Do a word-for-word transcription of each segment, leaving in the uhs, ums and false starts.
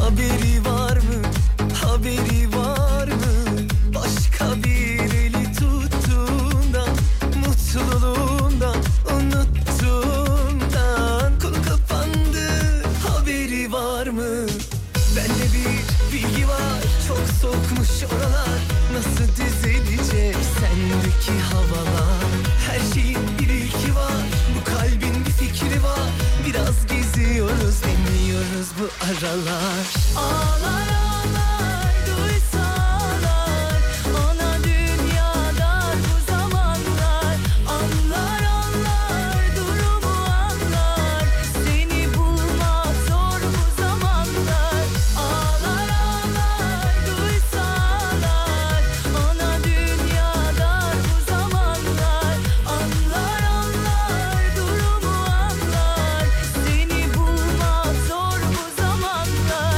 Haberi var mı? Haberi var mı? Başka bir eli tuttuğundan, mutluluğundan, unuttuğundan. Konu kapandı, haberi var mı? Bende bir bilgi var, çok soğukmuş oralar. Nasıl düzelecek sendeki havalar? Her şeyin bir ilki var, bu kalbin bir fikri var. Biraz geziyoruz, demiyoruz bu aralar. Ağlar ağlar duysalar, ana dünya dar bu zamanlar. Anlar anlar durumu anlar, seni bulmak zor bu zamanlar. Ağlar ağlar duysalar, ana dünya dar bu zamanlar. Anlar anlar durumu anlar, seni bulmak zor bu zamanlar.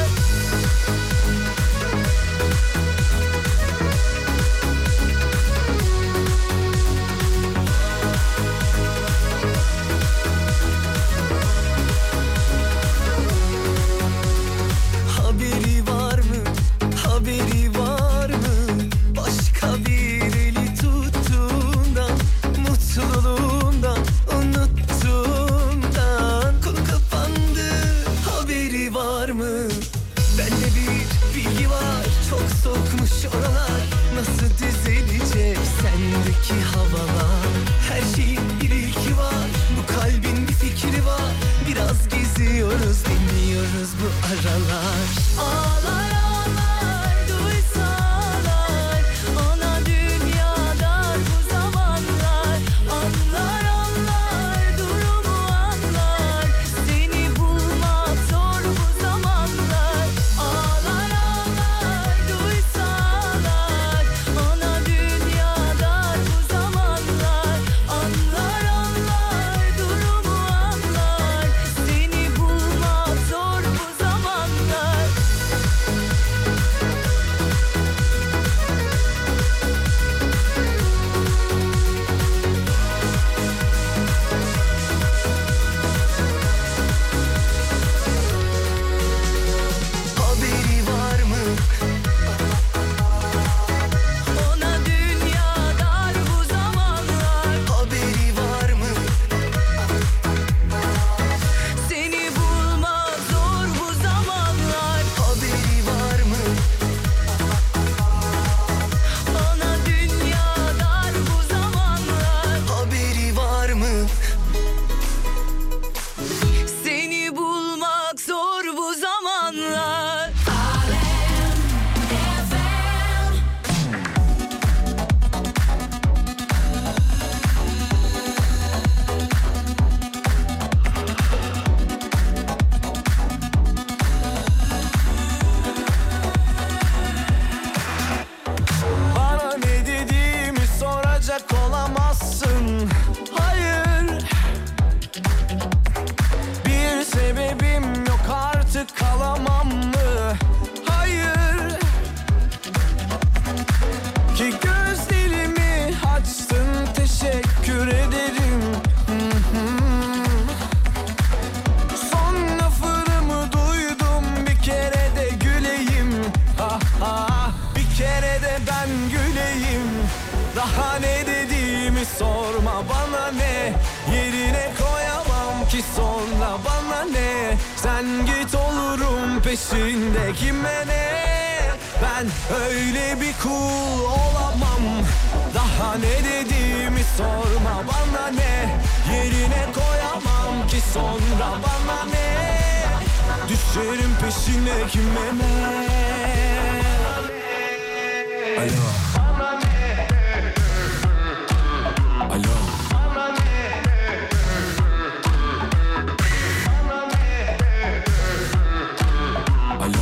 Haberi var mı? Haberi var mı? Başka bir eli tuttuğundan, mutluluğundan, unuttuğundan. Konu kapandı, haberi var mı? Bende bir bilgi var, çok soğukmuş oralar. Nasıl düzelecek sendeki havalar? Her şeyin bir ilki var, bu kalbin bir fikri var. Biraz geziyoruz, demiyoruz bu aralar. Ağlar ağlar duysalar, ana dünya dar bu zamanlar. Anlar anlar durumu anlar, seni bulmak zor bu zamanlar. Ağlar ağlar duysalar, ana dünya dar bu zamanlar. Anlar anlar durumu anlar, seni bulmak zor bu zamanlar. Haberi var mı? Ona dünya dar bu zamanlar. Haberi var mı? Seni bulmak zor bu zamanlar. Haberi var mı? Ona dünya dar bu zamanlar. Haberi var mı? Seni bulmak zor bu zamanlar. Bana ne dediğimi soracak olamazsın. Hayır, bir sebebim yok artık, kalamam mı? Hayır, ki gözlerimi açtın, teşekkür ederim. Hı hı. Son lafını duydum, bir kere de güleyim. Ha ha, bir kere de ben güleyim. Daha ne dediğimi sorma, bana ne? Yerine koyamam ki sonra, bana ne? Sen git, olurum peşinde, kime ne? Ben öyle bir kul olamam. Daha ne dediğimi sorma, bana ne? Yerine koyamam ki sonra, bana ne? Düşerim peşine, kime ne? Alo. Alo. Alo.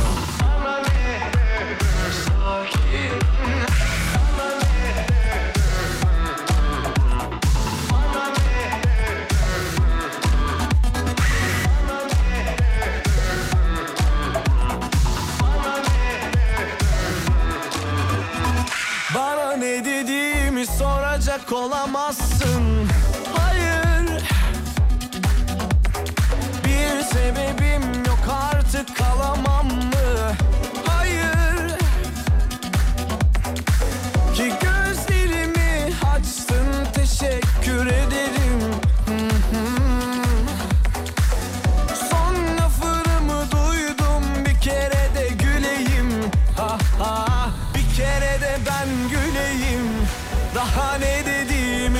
Bana ne dediğimi soracak olamazsın. Hayır, bir sebebim yok artık, kalamam mı?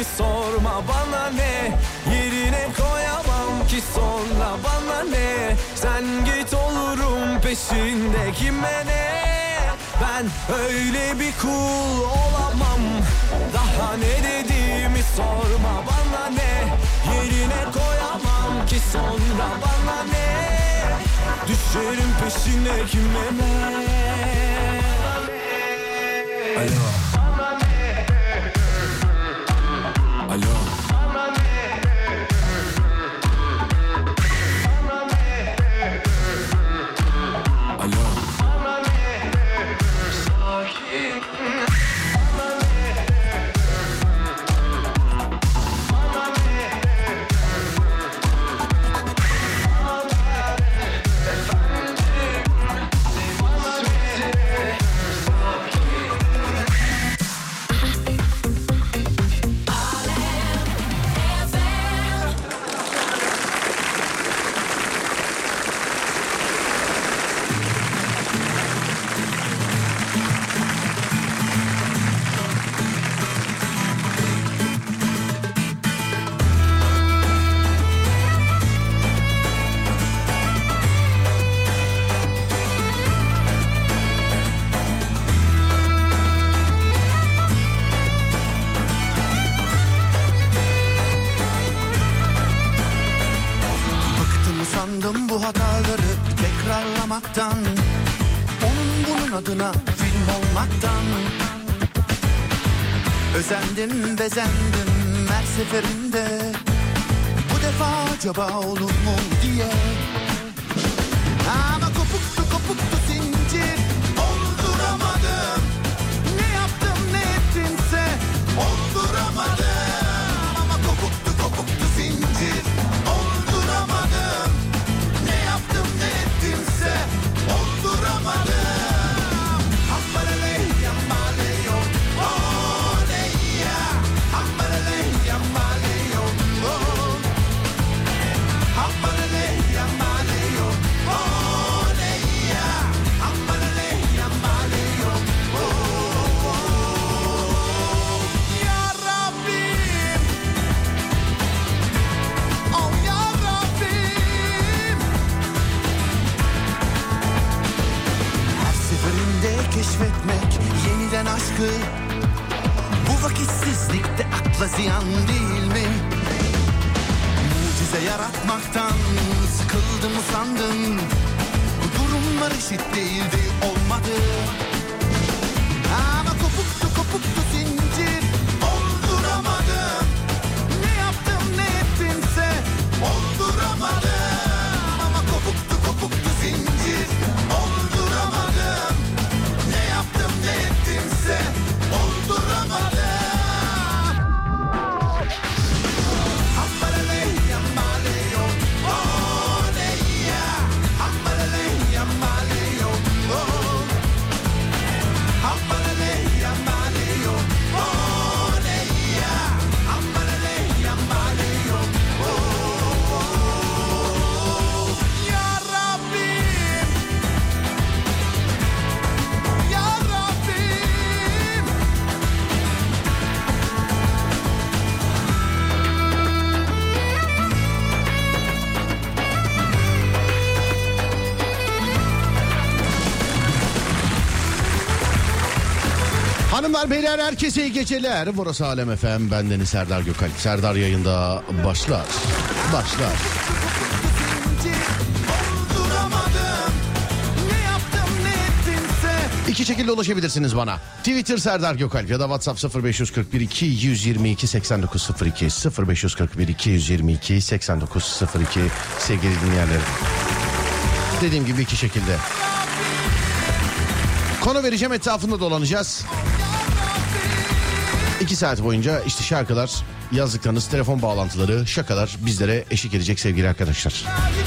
sorma bana ne. Yerine koyamam ki sonra bana ne. Sen git olurum peşinde kime ne. Ben öyle bir kul olamam. Daha ne dediğimi sorma bana ne. Yerine koyamam ki sonra bana ne. Düşerim peşine kime ne. Alo. Alo. Alo. Bu hataları tekrarlamaktan, onun bunun adına film olmaktan. Özendim, bezendim her seferinde. Bu defa acaba olur mu diye. Ama kopuktu kopuktu zincir, olduramadım. Ne yaptım ne ettimse olduramadım. Ama kopuktu kopuktu zincir, olduramadım. Ne yaptım ne ettimse olduramadım. Hambalele yambaleyo, oleya. Hambalele yambaleyo, oh. Hambalele yambaleyo, oleya. Hambalele yambaleyo, oh. Ya Rabbim, oh ya Rabbim. Her seferinde keşfetmek yeniden aşkı. Bu vakitsizlikte akla ziyan değil mi? Mucize yaratmaktan sıkıldım usandım. Bu durumlar eşit değildi, olmadı. Ama kopuktu kopuktu zincir, olduramadım. Ne yaptım ne ettimse olduramadım. Ama kopuktu kopuktu zincir, olduramadım. Ne yaptım ne ettimse olduramadım. Hambalele yambaleyo, oleya. Hambalele yambaleyo, oh. Hambalele yambaleyo, oleya. Hambalele yambaleyo, oh. Ya Rabbim, ya Rabbim. Hanımlar beyler herkese iyi geceler. Burası Alem F M. Bendeniz Serdar Gökalp. Serdar yayında başlar. Başlar. Olduramadım. Ne yaptım ne ettimse. İki şekilde ulaşabilirsiniz bana. Twitter Serdar Gökalp ya da WhatsApp sıfır beş kırk bir iki yüz yirmi iki seksen dokuz sıfır iki sıfır beş kırk bir iki yüz yirmi iki seksen dokuz sıfır iki sevgili dinleyenlerim. Dediğim gibi iki şekilde. Konu vereceğim, etrafında dolanacağız. İki saat boyunca işte şarkılar, yazdıklarınız, telefon bağlantıları, şakalar bizlere eşlik edecek sevgili arkadaşlar.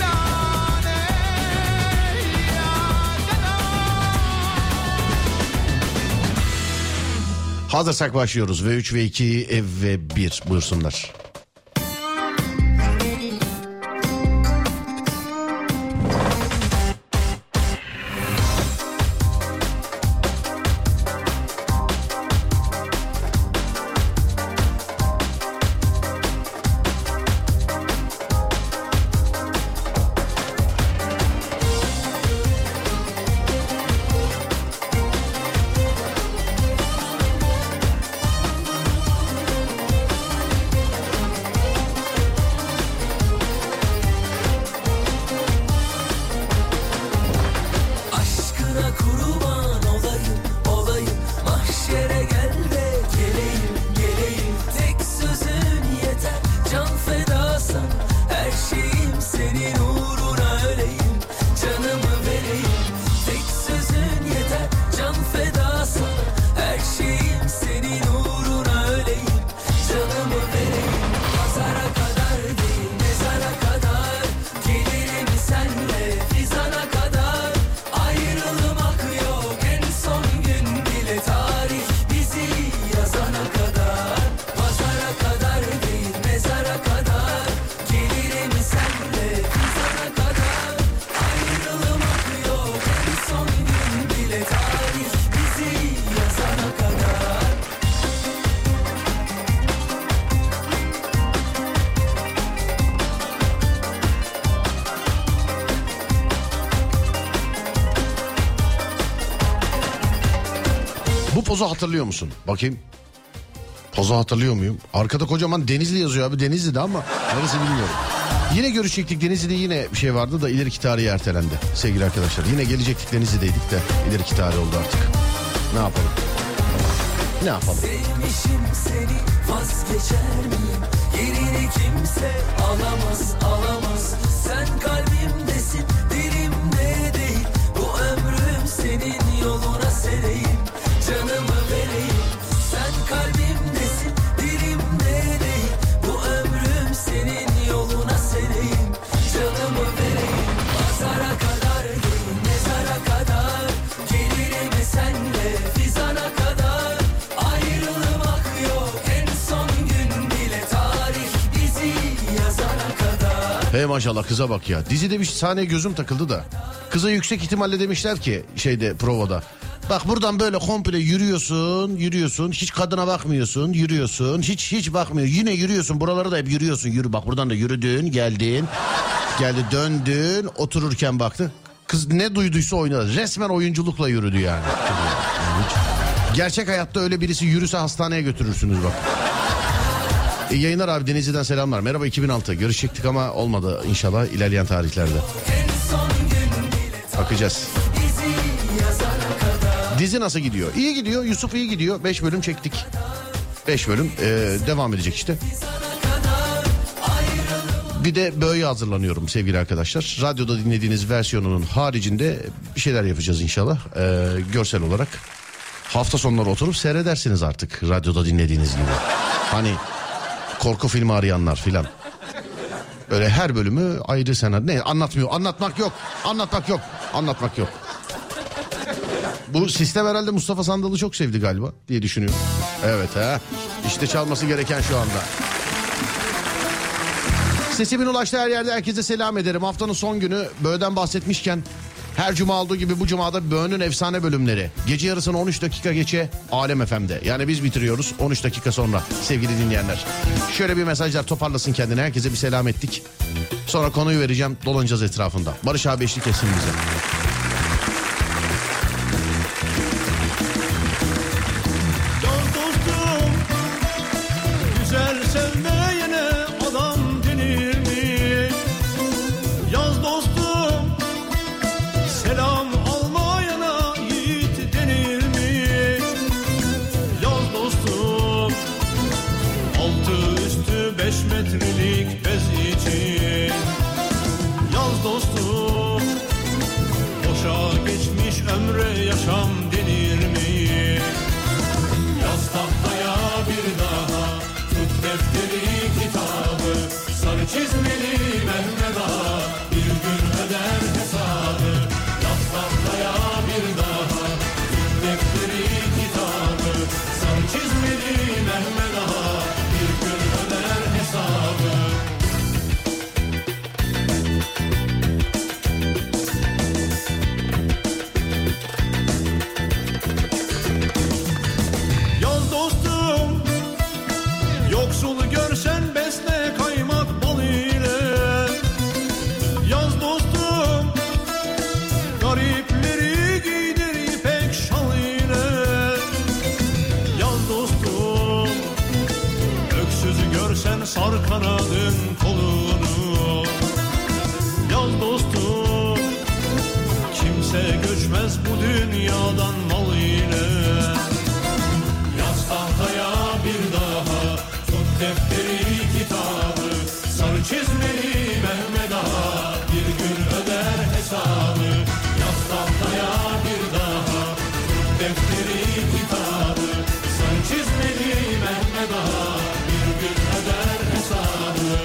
Hazırsak başlıyoruz. V üç, V iki, ev ve bir buyursunlar. sana kurban olayım, olayım. Mahşere gel de geleyim, geleyim. Tek sözün yeter, can feda sana. Her şeyim senin uğruna öleyim, canımı vereyim. Tek sözün yeter, can feda sana. Her şeyim senin uğruna öleyim, canımı vereyim. Pazara kadar değil, mezara kadar gelirim senle, fizana kadar. Ayrılmak yok en son gün bile, tarih bizi yazana kadar. Pazara kadar değil, mezara kadar gelirim senle, fizana kadar. Ayrılmak yok en son gün bile, tarih bizi yazana kadar. Bu pozu hatırlıyor musun? Bakayım. Pozu hatırlıyor muyum? Arkada kocaman Denizli yazıyor abi, Denizli'de ama neresi bilmiyorum. Yine görüşecektik, Denizli'de yine bir şey vardı da ileriki tarihi ertelendi sevgili arkadaşlar. Yine gelecektik, Denizli'deydik de ileriki tarih oldu artık. Ne yapalım? Ne yapalım? Sevmişim seni, vazgeçer miyim? Yerini kimse alamaz, alamaz. Sen kalbimdesin, dilimde değil. Bu ömrüm senin yoluna sereyim, canımı vereyim. Sen kalbimdesin, dilimde değil. Bu ömrüm senin yoluna sereyim, canımı vereyim. Pazara kadar değil, mezara kadar gelirim senle, fizana kadar. Ayrılmak yok en son gün bile, tarih bizi yazana kadar. Hey maşallah, kıza bak ya. Dizide bir sahneye gözüm takıldı da. Kıza yüksek ihtimalle demişler ki şeyde, provada. Bak buradan böyle komple yürüyorsun, yürüyorsun. Hiç kadına bakmıyorsun, yürüyorsun. Hiç hiç bakmıyor. Yine yürüyorsun. Buraları da hep yürüyorsun. Yürü bak, buradan da yürüdün, geldin. Geldi, döndün, otururken baktı. Kız ne duyduysa oynadı. Resmen oyunculukla yürüdü yani. Gerçek hayatta öyle birisi yürüse hastaneye götürürsünüz bak. İyi yayınlar abi, Denizli'den selamlar. Merhaba iki bin altı. Görüşecektik ama olmadı, inşallah ilerleyen tarihlerde. Bakacağız. Dizi nasıl gidiyor? İyi gidiyor. Yusuf iyi gidiyor. beş bölüm çektik. beş bölüm ee, devam edecek işte. Bir de böyle hazırlanıyorum sevgili arkadaşlar. Radyoda dinlediğiniz versiyonunun haricinde bir şeyler yapacağız inşallah. Ee, görsel olarak. Hafta sonları oturup seyredersiniz artık radyoda dinlediğiniz gibi. Hani korku filmi arayanlar filan. Öyle her bölümü ayrı senaryo. Ne anlatmıyor. Anlatmak yok. Anlatmak yok. Anlatmak yok. Bu sistem herhalde Mustafa Sandal'ı çok sevdi galiba diye düşünüyorum. Evet ha. İşte çalması gereken şu anda. Sesimin ulaştığı her yerde herkese selam ederim. Haftanın son günü Böğ'den bahsetmişken her cuma olduğu gibi bu cumada Böğ'ün efsane bölümleri. Gece yarısını on üç dakika geçe Alem F M'de. Yani biz bitiriyoruz on üç dakika sonra sevgili dinleyenler. Şöyle bir mesajlar toparlasın kendine. Herkese bir selam ettik. Sonra konuyu vereceğim, dolanacağız etrafında. Barış abi eşlik etsin bize. Metrelik bez için yaz dostum, boşa geçmiş ömre yaşam denir mi? Yaz tahtaya bir daha, tut defteri kitabı, sarı çizmeli Mehmet Ağa bir gün öder hesabı. Yaz tahtaya bir daha, tut defteri kitabı, sarı çizmeli Mehmet Ağa bir gün öder hesabı. dünyadan mal ile. Yaz tahtaya bir daha, tut defteri kitabı, sarı çizmeli Mehmet Ağa bir gün öder hesabı. Yaz tahtaya bir daha, tut defteri kitabı, sarı çizmeli Mehmet Ağa bir gün öder hesabı.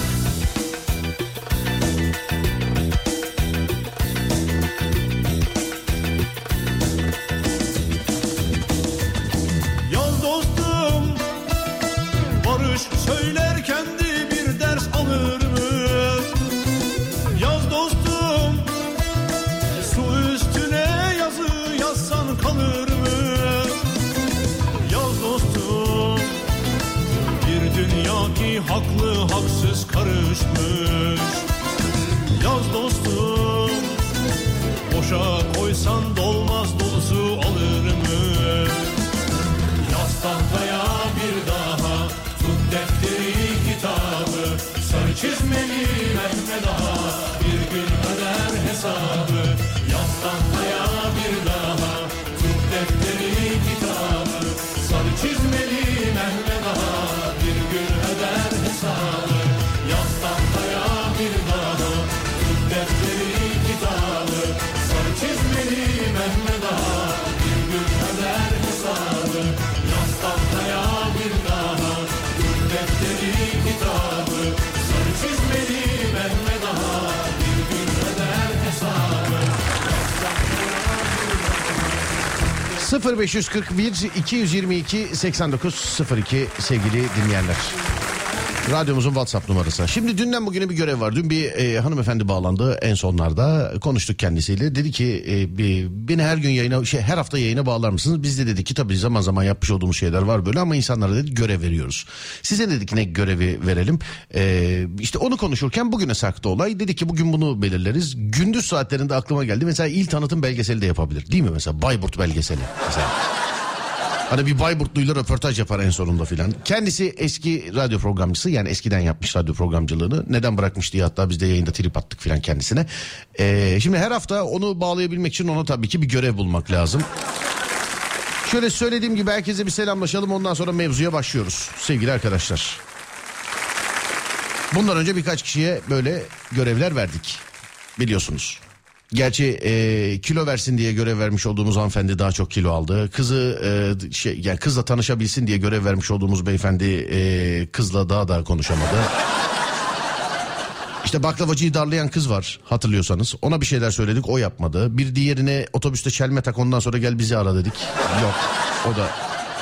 Yaz dostum, barış söylerken de bir ders alır mı? Yaz dostum, su üstüne yazı yazsan kalır mı? Yaz dostum, bir dünya ki haklı haksız karışmış. Yaz dostum, boşa koysan dolmaz dolusu alır mı? Yaz tahtaya bir daha, tut defteri kitabı, sarı çizmeli Mehmet Ağa bir gün öder hesabı. Yaz tahtaya bir daha, tut defteri kitabı, sarı çizmeli Mehmet Ağa bir gün öder hesabı. Yaz tahtaya bir daha, tut defteri kitabı, sarı çizmeli Mehmet Ağa bir gün öder hesabı. Yaz tahtaya bir daha, tut defteri kitabı, sarı çizmeli Mehmet Ağa bir gün öder hesabı. sıfır beş kırk bir iki yüz yirmi iki seksen dokuz sıfır iki sevgili dinleyenler. Radyomuzun WhatsApp numarası. Şimdi dünden bugüne bir görev var. Dün bir e, hanımefendi bağlandı en sonlarda. Konuştuk kendisiyle. Dedi ki e, bir, beni her gün yayına, şey, her hafta yayına bağlar mısınız? Biz de dedik ki tabii zaman zaman yapmış olduğumuz şeyler var böyle ama insanlara dedi görev veriyoruz. Size dedik ne görevi verelim. E, işte onu konuşurken bugüne sarktı olay. Dedik ki bugün bunu belirleriz. Gündüz saatlerinde aklıma geldi. Mesela il tanıtım belgeseli de yapabilir. Değil mi mesela? Bayburt belgeseli. Mesela. Hani bir Bayburtluyla röportaj yapar en sonunda filan. Kendisi eski radyo programcısı, yani eskiden yapmış radyo programcılığını. Neden bırakmış diye hatta biz de yayında trip attık filan kendisine. Ee, şimdi her hafta onu bağlayabilmek için ona tabii ki bir görev bulmak lazım. Şöyle söylediğim gibi herkese bir selamlaşalım, ondan sonra mevzuya başlıyoruz sevgili arkadaşlar. Bundan önce birkaç kişiye böyle görevler verdik biliyorsunuz. Gerçi e, kilo versin diye görev vermiş olduğumuz hanımefendi daha çok kilo aldı. Kızı e, şey yani kızla tanışabilsin diye görev vermiş olduğumuz beyefendi e, kızla daha da konuşamadı. İşte baklavacıyı darlayan kız var hatırlıyorsanız. Ona bir şeyler söyledik, o yapmadı. Bir diğerine otobüste çelme tak, ondan sonra gel bizi ara dedik. Yok, o da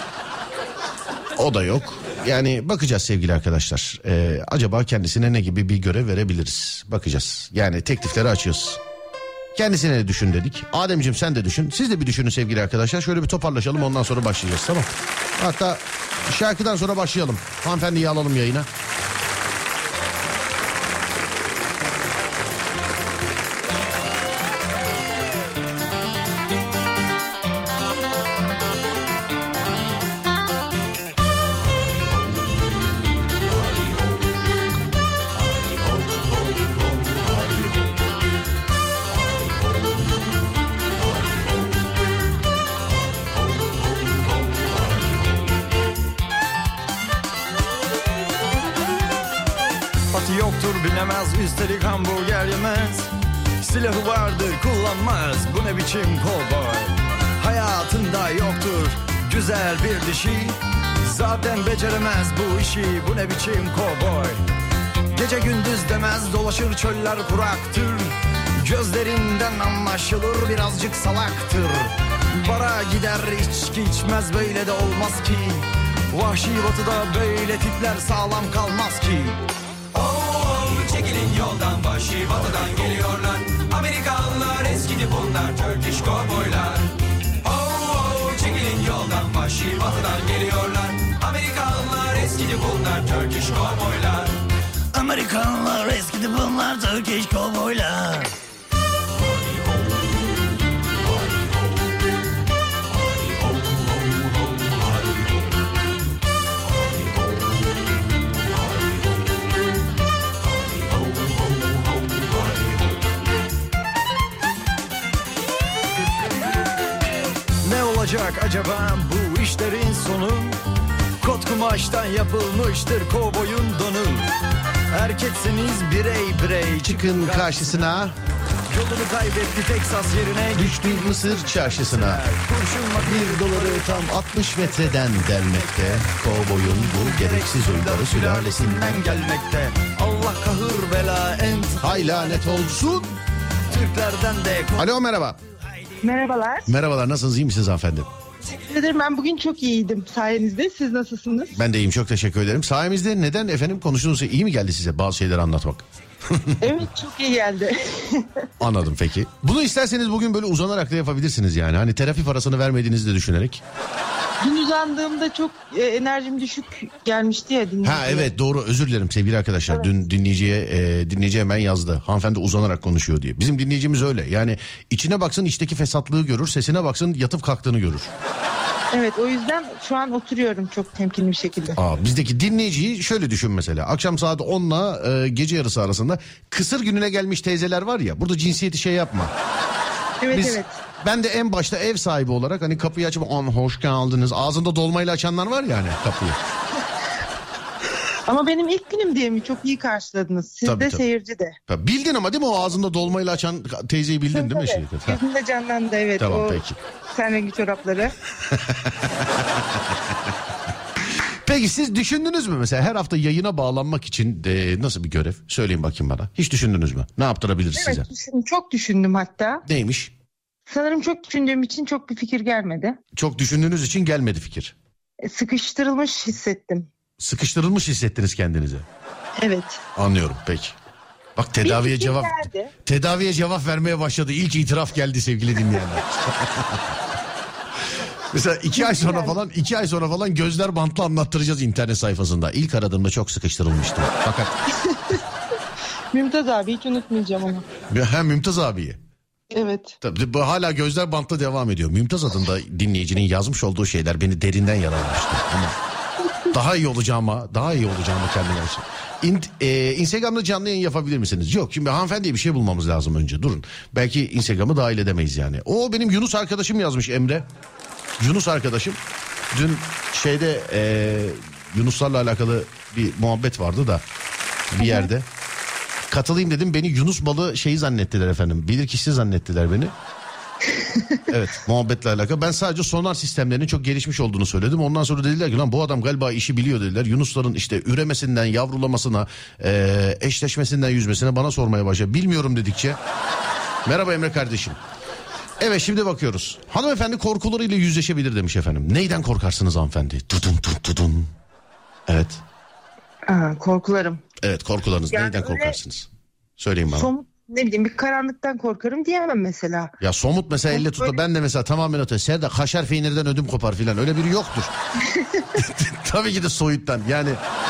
o da yok. Yani bakacağız sevgili arkadaşlar. E, acaba kendisine ne gibi bir görev verebiliriz? Bakacağız. Yani teklifleri açıyoruz. Kendisine de düşün dedik. Ademciğim sen de düşün. Siz de bir düşünün sevgili arkadaşlar. Şöyle bir toparlaşalım, ondan sonra başlayacağız, tamam. Hatta şarkıdan sonra başlayalım. Hanımefendiyi alalım yayına. Yoktur bilemez, üstelik hamburger yemez. Silahı vardır kullanmaz, bu ne biçim kovboy. Hayatında yoktur güzel bir dişi, zaten beceremez bu işi, bu ne biçim kovboy. Gece gündüz demez, dolaşır çöller kuraktır. Gözlerinden anlaşılır birazcık salaktır. Bara gider içki içmez, böyle de olmaz ki. Vahşi batıda böyle tipler sağlam kalmaz ki. Çekilin yoldan, vahşi batıdan geliyorlar. Amerikanlılar eskidi bunlar, Turkish kovboylar. Oh oh, çekilin yoldan, vahşi batıdan geliyorlar. Amerikanlılar eskidi bunlar, Turkish kovboylar. Amerikanlılar eskidi bunlar, Turkish kovboylar. olacak acaba bu işlerin sonu? Kot kumaştan yapılmıştır kovboyun donu. Erkekseniz birey birey Çıkın karşısına, Yolunu kaybetti Teksas yerine düştü Mısır çarşısına. Kurşun Bir doları tam altmış metreden delmekte. Kovboyun bu gereksiz oyunları sülalesinden gelmekte. Allah kahır bela ent hay lanet olsun. Türklerden de Alo, merhaba. Merhabalar. Merhabalar, nasılsınız, iyi misiniz hanımefendi? Teşekkür ederim. Ben bugün çok iyiydim sayenizde. Siz nasılsınız? Ben de iyiyim, çok teşekkür ederim. Sayemizde neden efendim konuştuğunuzda iyi mi geldi size bazı şeyleri anlatmak? Evet, çok iyi geldi. Anladım peki. Bunu isterseniz bugün böyle uzanarak da yapabilirsiniz yani. Hani terapi parasını vermediğinizi de düşünerek. Dün uzandığımda çok e, enerjim düşük gelmişti ya dinleyiciye. Ha evet, doğru, özür dilerim sevgili arkadaşlar. Evet. Dün dinleyiciye e, dinleyici hemen yazdı. Hanımefendi uzanarak konuşuyor diye. Bizim dinleyicimiz öyle. Yani içine baksın içteki fesatlığı görür. Sesine baksın yatıp kalktığını görür. Evet, o yüzden şu an oturuyorum çok temkinli bir şekilde. Aa, bizdeki dinleyiciyi şöyle düşün mesela. Akşam saat onla e, gece yarısı arasında kısır gününe gelmiş teyzeler var ya. Burada cinsiyeti şey yapma. Evet Biz, evet. Ben de en başta ev sahibi olarak hani kapıyı açıp "An hoş geldiniz." Ağzında dolmayla açanlar var ya hani kapıyı. Ama benim ilk günüm diye mi çok iyi karşıladınız. Siz Tabii, de tabii. seyirci de. Tabii, bildin ama değil mi, o ağzında dolmayla açan teyzeyi bildin değil mi? Şey? Gözümde canlandı evet. Tamam, o peki. Sen rengi çorapları. Peki siz düşündünüz mü mesela her hafta yayına bağlanmak için de nasıl bir görev? Söyleyin bakayım bana. Hiç düşündünüz mü? Ne yaptırabiliriz Evet, size? düşündüm, çok düşündüm hatta. Neymiş? Sanırım çok düşündüğüm için çok bir fikir gelmedi. Çok düşündüğünüz için gelmedi fikir. E, Sıkıştırılmış hissettim. Sıkıştırılmış hissettiniz kendinizi. Evet. Anlıyorum, peki. Bak tedaviye Bir fikir cevap geldi. tedaviye cevap vermeye başladı. İlk itiraf geldi sevgili dinleyenler. Mesela iki ay sonra falan iki ay sonra falan gözler bantlı anlattıracağız internet sayfasında. İlk aradığımda çok sıkıştırılmıştım. Fakat Mümtaz abi hiç unutmayacağım onu. hem Mümtaz abiyi. Evet. Tabii bu hala gözler bantla devam ediyor. Mümtaz adında dinleyicinin yazmış olduğu şeyler beni derinden yaralamıştı. Ama daha iyi olacağıma, daha iyi olacağıma kendime şey. İn, e, Instagram'da canlı yayın yapabilir misiniz? Yok, şimdi hanımefendiye bir şey bulmamız lazım önce. Durun. Belki Instagram'ı dahil edemeyiz yani. O benim Yunus arkadaşım yazmış, Emre. Yunus arkadaşım. Dün şeyde e, Yunuslarla alakalı bir muhabbet vardı da bir yerde. Katılayım dedim, beni Yunus balığı şeyi zannettiler efendim. Bilirkişi zannettiler beni. Evet, muhabbetle alakalı. Ben sadece sonar sistemlerinin çok gelişmiş olduğunu söyledim. Ondan sonra dediler ki lan bu adam galiba işi biliyor dediler. Yunusların işte üremesinden yavrulamasına, e, eşleşmesinden yüzmesine bana sormaya başladı. Bilmiyorum dedikçe. Merhaba Emre kardeşim. Evet, şimdi bakıyoruz. Hanımefendi korkularıyla yüzleşebilir demiş efendim. Neyden korkarsınız hanımefendi? Tudun tudun tudun. Evet. Aa, korkularım. Evet, korkularınız Yani neyden öyle korkarsınız? Söyleyin bana. Somut ne bileyim bir karanlıktan korkarım diyemem mesela. Ya somut mesela elle tutup Böyle- ben de mesela tamamen öte. Serdar kaşar peynirden ödüm kopar filan. Öyle biri yoktur. Tabii ki de soyuttan yani.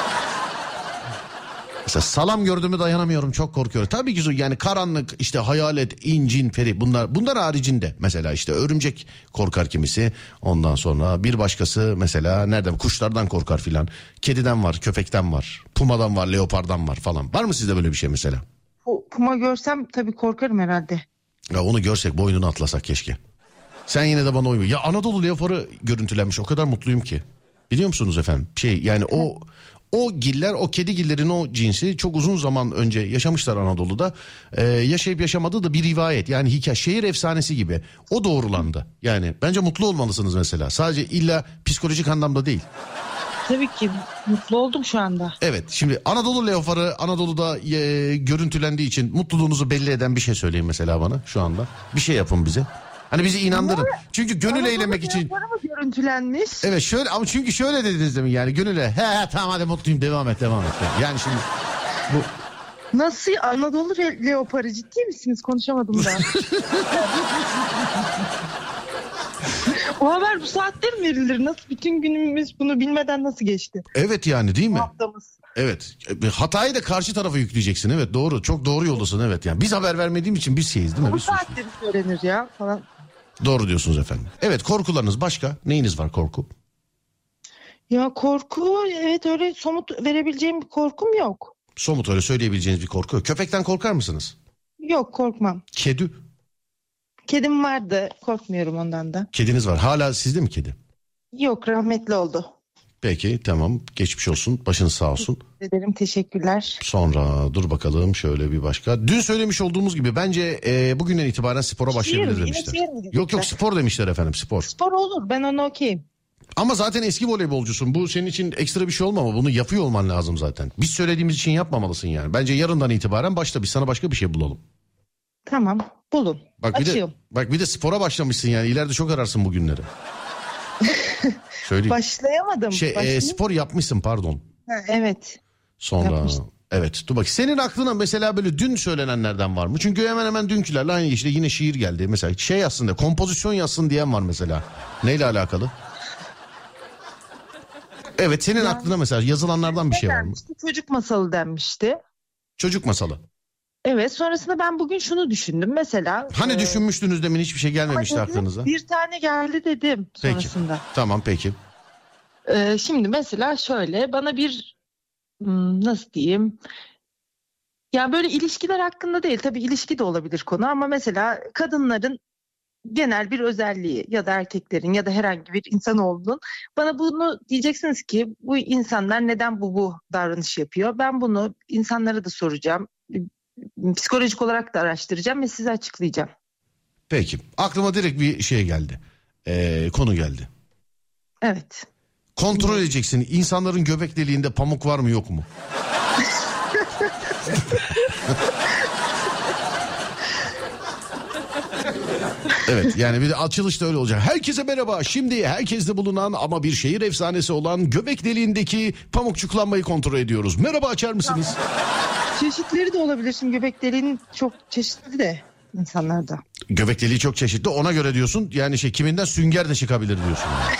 Mesela salam gördüğümü dayanamıyorum, çok korkuyorum. Tabii ki yani karanlık, işte hayalet, incin, peri, bunlar bunlar haricinde mesela işte örümcek korkar kimisi. Ondan sonra bir başkası mesela nereden, kuşlardan korkar filan. Kediden var, köpekten var, pumadan var, leopardan var falan. Var mı sizde böyle bir şey mesela? Pu- Puma görsem tabii korkarım herhalde. Ya onu görsek boynunu atlasak keşke. Sen yine de bana uyma. Ya Anadolu leoparı görüntülenmiş, o kadar mutluyum ki. Biliyor musunuz efendim? Şey yani o o giller, o kedigillerin o cinsi çok uzun zaman önce yaşamışlar Anadolu'da. Ee, yaşayıp yaşamadığı da bir rivayet. Yani hikaye, şehir efsanesi gibi. O doğrulandı. Yani bence mutlu olmalısınız mesela. Sadece illa psikolojik anlamda değil. Tabii ki mutlu oldum şu anda. Evet, şimdi Anadolu leoparı Anadolu'da e, görüntülendiği için mutluluğunuzu belli eden bir şey söyleyin mesela bana şu anda. Bir şey yapın bize. Hani bizi inandırın. Çünkü gönül Anadolu eğlenmek için. leoparı mı görüntülenmiş? Evet şöyle, ama çünkü şöyle dediniz değil mi yani gönüle. He he tamam hadi mutluyum, devam et devam et. Yani şimdi bu Nasıl Anadolu re- leoparı, ciddi misiniz? Konuşamadım daha. O haber bu saatte mi verilir? Nasıl bütün günümüz bunu bilmeden nasıl geçti? evet yani değil mi? Bu haftamız. Evet. Hatayı da karşı tarafa yükleyeceksin. Evet doğru. Çok doğru yoldasın evet yani. Biz haber vermediğim için biz şeyiz değil mi? Bu Biz suçluyuz. saatte mi söylenir ya falan. Doğru diyorsunuz efendim. Evet, korkularınız başka? Neyiniz var korku? Ya korku, evet, öyle somut verebileceğim bir korkum yok. Somut öyle söyleyebileceğiniz bir korku yok. Köpekten korkar mısınız? Yok, korkmam. Kedi? Kedim vardı. Korkmuyorum ondan da. Kediniz var. Hala sizde mi kedi? Yok, rahmetli oldu. Peki tamam, geçmiş olsun, başınız sağ olsun. Teşekkür ederim, teşekkürler. Sonra dur bakalım şöyle bir başka. Dün söylemiş olduğumuz gibi bence e, bugünden itibaren spora başlayabilir mi? Yine demişler. şiir mi diyecekler? Yok yok, spor demişler efendim, spor. Spor olur, ben ona okeyim. Ama zaten eski voleybolcusun. Bu senin için ekstra bir şey olmama. Bunu yapıyor olman lazım zaten. Biz söylediğimiz için yapmamalısın yani. Bence yarından itibaren başla. Biz sana başka bir şey bulalım. Tamam, bulun. Bak bir de, Açıyorum. bak bir de spora başlamışsın yani. İleride çok ararsın bu günleri. Söyleyeyim. Başlayamadım. Şey, e, Başlayayım. spor yapmışsın pardon. Ha, evet. Sonra Yapmıştım. evet, dur bak, senin aklına mesela böyle dün söylenenlerden var mı? Çünkü hemen hemen dünkülerle aynı, işte yine şiir geldi. Mesela şey yazsın da, kompozisyon yazsın diyen var mesela. Neyle alakalı? Evet, senin aklına mesela yazılanlardan bir şey var mı? Denmişti, çocuk masalı denmişti. Çocuk masalı. Evet, sonrasında ben bugün şunu düşündüm mesela. Hani e, düşünmüştünüz demin, hiçbir şey gelmemişti dedim, aklınıza. Bir tane geldi dedim Peki. sonrasında. Tamam peki. E, şimdi mesela şöyle bana bir hmm, nasıl diyeyim? Ya böyle ilişkiler hakkında değil, tabii ilişki de olabilir konu, ama mesela kadınların genel bir özelliği ya da erkeklerin ya da herhangi bir insanoğlunun, bana bunu diyeceksiniz ki bu insanlar neden bu bu davranış yapıyor? Ben bunu insanlara da soracağım. Psikolojik olarak da araştıracağım ve size açıklayacağım. Peki. Aklıma direkt bir şey geldi. Ee, konu geldi. Evet. Kontrol edeceksin. İnsanların göbek deliğinde pamuk var mı yok mu? Evet, yani bir de açılışta öyle olacak. Herkese merhaba. Şimdi herkeste bulunan ama bir şehir efsanesi olan göbek deliğindeki pamukçuklanmayı kontrol ediyoruz. Merhaba, açar mısınız? Çeşitleri de olabilir. Şimdi göbek deliğinin çok çeşitli de insanlarda. Göbek deliği çok çeşitli. Ona göre diyorsun. Yani şey, kiminden sünger de çıkabilir diyorsun. Yani.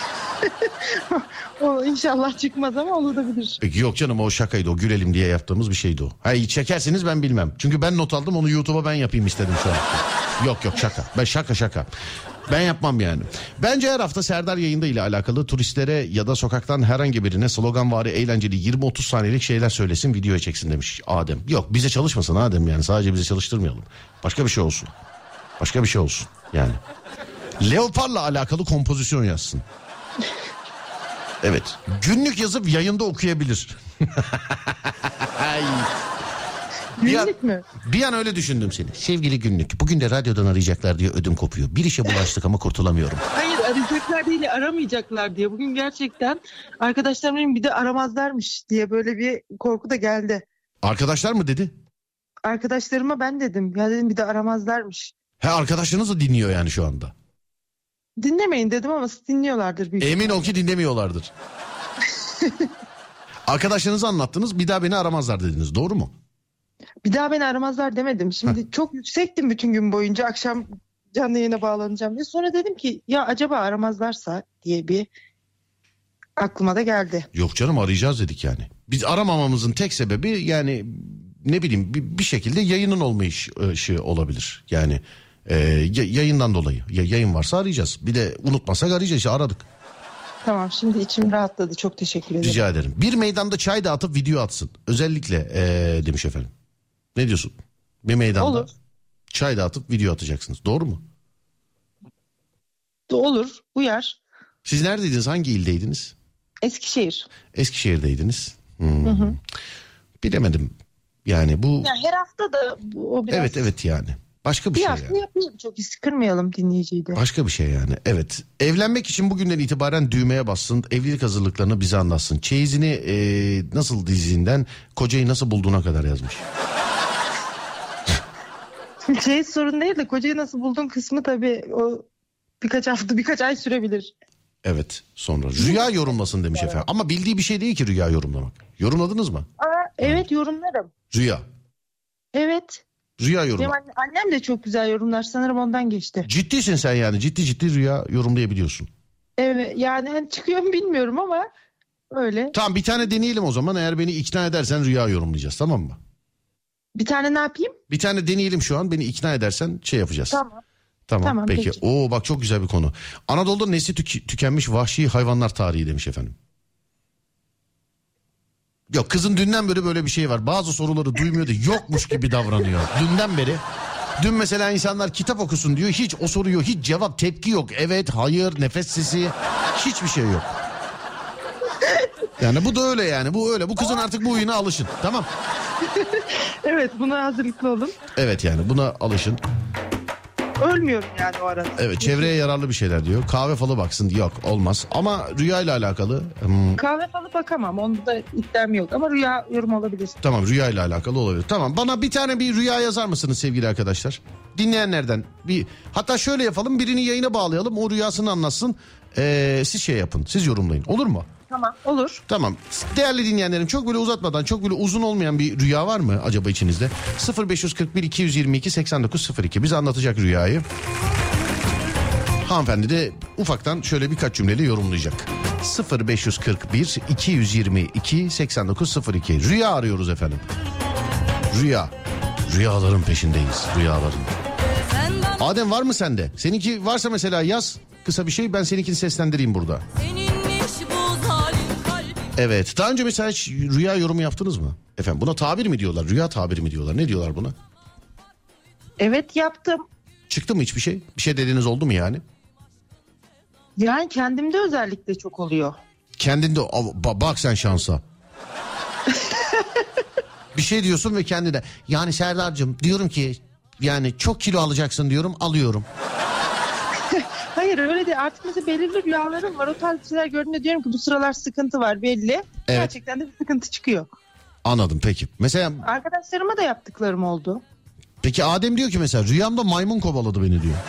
O inşallah çıkmaz ama olabilir. Peki, yok canım, o şakaydı, o gülelim diye yaptığımız bir şeydi o. Hayır, çekersiniz ben bilmem. Çünkü ben not aldım, onu YouTube'a ben yapayım istedim şu an. Yok yok, şaka. Ben şaka şaka. Ben yapmam yani. Bence her hafta Serdar yayında ile alakalı turistlere ya da sokaktan herhangi birine sloganvari, eğlenceli yirmi otuz saniyelik şeyler söylesin, videoya çeksin demiş Adem. Yok, bize çalışmasın Adem, yani sadece bize çalıştırmayalım. Başka bir şey olsun. Başka bir şey olsun yani. Leoparla alakalı kompozisyon yazsın. Evet. Günlük yazıp yayında okuyabilir. Ay. Bir an, Günlük mü? bir an öyle düşündüm seni. Sevgili günlük. Bugün de radyodan arayacaklar diye ödüm kopuyor. Bir işe bulaştık ama kurtulamıyorum. Hayır, arayacaklar değil, aramayacaklar diye. Bugün gerçekten arkadaşlarım bir de aramazlarmış diye böyle bir korku da geldi. Arkadaşlar mı dedi? Arkadaşlarıma ben dedim. Ya dedim bir de aramazlarmış. He, arkadaşlarınız da dinliyor yani şu anda. Dinlemeyin dedim ama siz dinliyorlardır büyük. Emin ol ki dinlemiyorlardır. Arkadaşlarınızı anlattınız, bir daha beni aramazlar dediniz, doğru mu? Bir daha beni aramazlar demedim. Şimdi çok yüksektim bütün gün boyunca, akşam canlı yayına bağlanacağım diye. Sonra dedim ki ya acaba aramazlarsa diye bir aklıma da geldi. Yok canım, arayacağız dedik yani. Biz aramamamızın tek sebebi yani ne bileyim bir, bir şekilde yayının olmayışı olabilir. Yani e, yayından dolayı. Ya, yayın varsa arayacağız. Bir de unutmasak arayacağız, işte aradık. Tamam, şimdi içim rahatladı, çok teşekkür ederim. Rica ederim. Bir meydanda çay dağıtıp video atsın. Özellikle e, demiş efendim. Ne diyorsun? Bir meydanda Olur. çay dağıtıp video atacaksınız. Doğru mu? Olur, uyar. Siz neredeydiniz? Hangi ildeydiniz? Eskişehir. Eskişehir'deydiniz. Hmm. Hı hı. Bilemedim. Yani bu... Ya her hafta da bu- o biraz... Evet evet yani. Başka bir, Bir şey hafta yani. yapayım, çok sıkırmayalım dinleyiciyi de. Başka bir şey yani. Evet. Evlenmek için bugünden itibaren düğmeye bassın. Evlilik hazırlıklarını bize anlatsın. Çeyizini e, nasıl diziğinden, kocayı nasıl bulduğuna kadar yazmış. Şey sorun değil de kocayı nasıl buldun kısmı tabii o birkaç hafta, birkaç ay sürebilir. Evet, sonra rüya yorumlasın demiş efendim. Ama bildiği bir şey değil ki rüya yorumlamak. Yorumladınız mı? Aa, evet yorumlarım. Rüya. Evet. Rüya yorumla. Benim anne- annem de çok güzel yorumlar, sanırım ondan geçti. Ciddisin sen yani, ciddi ciddi rüya yorumlayabiliyorsun. Evet, yani hani çıkıyor mu bilmiyorum ama öyle. Tamam, bir tane deneyelim o zaman, eğer beni ikna edersen rüya yorumlayacağız, tamam mı? Bir tane ne yapayım? Bir tane deneyelim şu an, beni ikna edersen şey yapacağız. Tamam. Tamam, Tamam, peki. peki. Oo bak, çok güzel bir konu. Anadolu'da nesli tük- tükenmiş vahşi hayvanlar tarihi demiş efendim. Yok, kızın dünden beri böyle bir şey var. Bazı soruları duymuyor da yokmuş gibi davranıyor. Dünden beri Dün mesela insanlar kitap okusun diyor. Hiç o soruyor. Hiç cevap, tepki yok. Evet, hayır, nefes sesi. Hiçbir şey yok. Yani bu da öyle yani. Bu öyle. Bu kızın artık bu oyuna alışın. Tamam. Evet, buna hazırlıklı olun. Evet yani buna alışın. Ölmüyorum yani o arada. Evet, çevreye yararlı bir şeyler diyor. Kahve falı baksın. Yok, olmaz. Ama rüya ile alakalı. Hmm, Kahve falı bakamam. Onda da iddiam yok. Ama rüya yorum olabilir. tamam, rüya ile alakalı olabilir. Tamam, bana bir tane bir rüya yazar mısınız sevgili arkadaşlar? Dinleyenlerden bir, hatta şöyle yapalım, birini yayına bağlayalım, o rüyasını anlatsın. Ee, siz şey yapın, siz yorumlayın, olur mu? Tamam, olur. Tamam. Değerli dinleyenlerim, çok böyle uzatmadan, çok böyle uzun olmayan bir rüya var mı acaba içinizde? sıfır beş kırk bir iki yüz yirmi iki seksen dokuz sıfır iki bize anlatacak rüyayı. Hanımefendi de ufaktan şöyle birkaç cümleyle yorumlayacak. sıfır beş kırk bir iki yüz yirmi iki seksen dokuz sıfır iki rüya arıyoruz efendim. Rüya. Rüyaların peşindeyiz, rüyaların. Adem, var mı sende? Seninki varsa mesela yaz kısa bir şey, ben seninkini seslendireyim burada. Evet, daha önce mesela hiç rüya yorumu yaptınız mı? Efendim buna tabir mi diyorlar, rüya tabiri mi diyorlar, ne diyorlar buna? Evet, yaptım. Çıktı mı hiçbir şey? Bir şey dediğiniz oldu mu yani? Yani kendimde özellikle çok oluyor. Kendinde, ba- bak sen şansa. Bir şey diyorsun ve kendine, yani Serdar'cığım diyorum ki yani çok kilo alacaksın diyorum, alıyorum. Hayır, öyle değil. Artık mesela belirli rüyalarım var. O tarz şeyler gördüğümde diyorum ki bu sıralar sıkıntı var belli. Evet. Gerçekten de bir sıkıntı çıkıyor. Anladım, peki. Mesela Arkadaşlarıma da yaptıklarım oldu. peki Adem diyor ki mesela rüyamda maymun kovaladı beni diyor.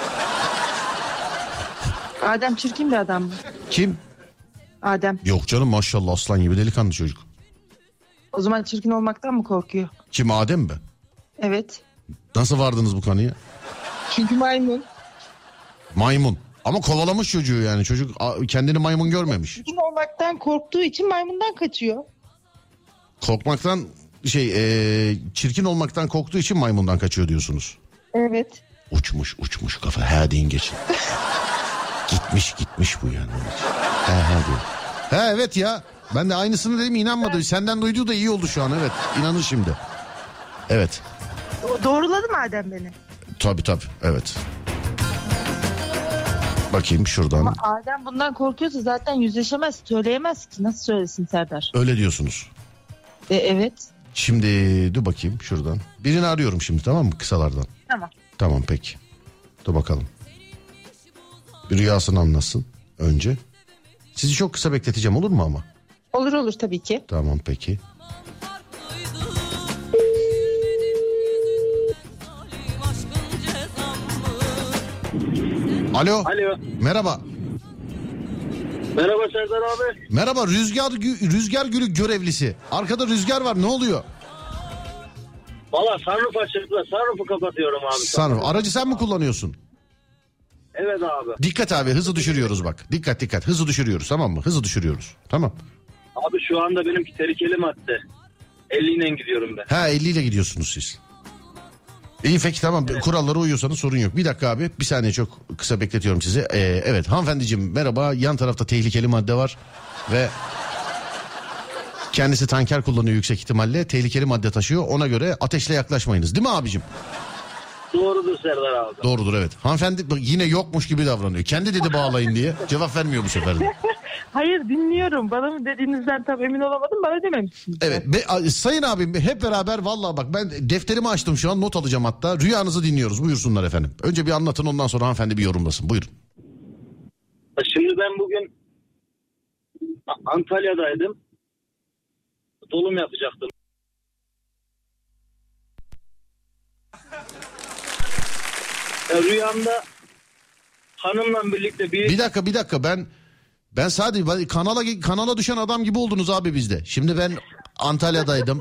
Adem çirkin bir adam mı? Kim? Adem. Yok canım, maşallah aslan gibi delikanlı çocuk. O zaman çirkin olmaktan mı korkuyor? Kim, Adem mi? Evet. Nasıl vardınız bu konuya? Çünkü maymun. Maymun. Ama kovalamış çocuğu yani. Çocuk kendini maymun görmemiş. Çirkin olmaktan korktuğu için maymundan kaçıyor. Korkmaktan şey ee, çirkin olmaktan korktuğu için maymundan kaçıyor diyorsunuz. Evet. Uçmuş uçmuş kafa. He deyin geçin. Gitmiş gitmiş bu yani. He he diyor. He evet ya. Ben de aynısını dedim, inanmadı. Senden duyduğu da iyi oldu şu an, evet. İnanın şimdi. Evet. Doğruladı mı Adem beni? Tabii tabii, evet. Bakayım şuradan. Ama Adem bundan korkuyorsa zaten yüzleşemez, söyleyemez ki. Nasıl söylesin Serdar? Öyle diyorsunuz. E, evet. Şimdi dur bakayım şuradan. Birini arıyorum şimdi, tamam mı, kısalardan. Tamam. Tamam peki. Dur bakalım. Bir rüyasını anlatsın önce. Sizi çok kısa bekleteceğim, olur mu ama? Olur olur tabii ki. Tamam peki. Alo. Alo. Merhaba. Merhaba Serdar abi. Merhaba, rüzgar rüzgar gülü görevlisi. Arkada rüzgar var, ne oluyor? Valla sunroof açıkla. Sunroof'u kapatıyorum abi. Sunroof. Aracı sen mi kullanıyorsun? Evet abi. Dikkat abi, hızı düşürüyoruz bak. Dikkat dikkat, hızı düşürüyoruz, tamam mı? Hızı düşürüyoruz. Tamam. Abi şu anda benimki tehlikeli madde. elli ile gidiyorum ben. Ha, elli ile gidiyorsunuz siz. İyi peki tamam, evet. Kurallara uyuyorsanız sorun yok. Bir dakika abi, bir saniye, çok kısa bekletiyorum sizi. Ee, evet hanımefendiciğim merhaba, yan tarafta tehlikeli madde var ve kendisi tanker kullanıyor, yüksek ihtimalle tehlikeli madde taşıyor, ona göre ateşle yaklaşmayınız, değil mi abicim? Doğrudur Serdar abi. Doğrudur, evet. Hanımefendi yine yokmuş gibi davranıyor. Kendi dedi bağlayın diye cevap vermiyor bu sefer de. Hayır, dinliyorum. Bana mı dediğinizden tam emin olamadım. Bana dememişsiniz. Evet. Be, sayın abim hep beraber, vallahi bak ben defterimi açtım şu an, not alacağım hatta. Rüyanızı dinliyoruz, buyursunlar efendim. Önce bir anlatın, ondan sonra hanımefendi bir yorumlasın, buyurun. Şimdi ben bugün Antalya'daydım. Dolum yapacaktım. Ya rüyamda hanımla birlikte bir... Bir dakika bir dakika ben ben sadece ben, kanala kanala düşen adam gibi oldunuz abi bizde. Şimdi ben Antalya'daydım.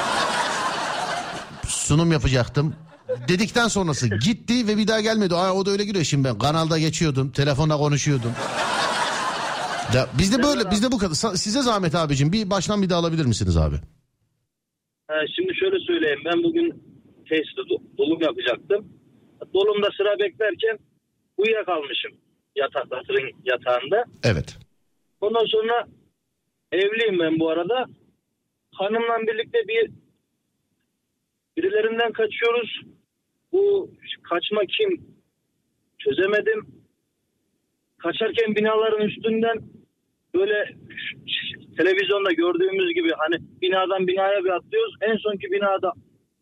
Sunum yapacaktım. Dedikten sonrası gitti ve bir daha gelmedi. Aa, o da öyle giriyor, şimdi ben kanalda geçiyordum, telefonla konuşuyordum. Ya bizde böyle, bizde bu kadar. Size zahmet abicim, bir baştan bir daha alabilir misiniz abi? Ha, şimdi şöyle söyleyeyim, ben bugün tesiste dolum yapacaktım. Dolumda sıra beklerken uyuyakalmışım yatakta, tırın yatağında. Evet. Ondan sonra evliyim ben bu arada. Hanımla birlikte bir birilerinden kaçıyoruz. bu kaçma kim çözemedim. Kaçarken binaların üstünden böyle televizyonda gördüğümüz gibi hani binadan binaya bir atlıyoruz. En sonki binada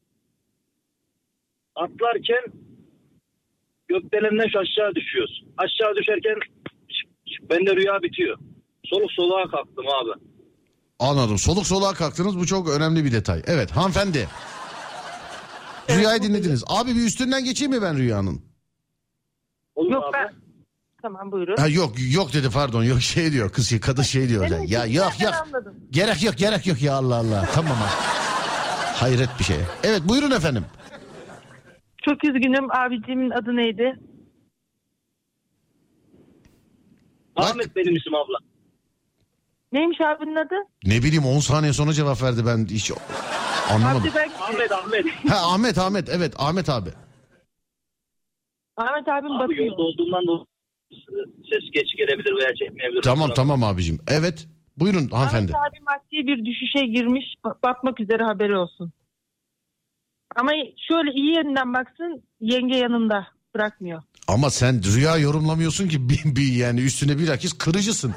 atlarken gökdelenden şu aşağı düşüyoruz. Aşağı düşerken bende rüya bitiyor. Soluk soluğa kalktım abi. Anladım. Soluk soluğa kalktınız. Bu çok önemli bir detay. Evet hanımefendi. Rüyayı dinlediniz. Abi bir üstünden geçeyim mi ben rüyanın? Olur Yok abi. ben. Tamam buyurun. Ha, yok yok dedi pardon. Yok şey diyor. Kız kadın şey diyor. Evet, ya yok ben yok. anladım. Gerek yok gerek yok ya Allah Allah. Tamam abi. Hayret bir şey. Evet buyurun efendim. Çok üzgünüm. Abicimin adı neydi? Bak. Ahmet benim isim abla. Neymiş abinin adı? Ne bileyim on saniye sonra cevap verdi ben hiç anlamadım. Abdi ben... Ahmet Ahmet. Ha Ahmet Ahmet evet Ahmet abi. Ahmet abim Abi bakıyor. yolda olduğundan dolayı ses geç gelebilir veya çekmeyebilir. Tamam Kusura tamam abicim. Evet buyurun hanımefendi. Ahmet abi maddi bir düşüşe girmiş. Ba- Batmak üzere haberi olsun. Ama şöyle iyi yerinden baksın, yenge yanında bırakmıyor. Ama sen rüya yorumlamıyorsun ki bir, bir yani üstüne bilakis kırıcısın.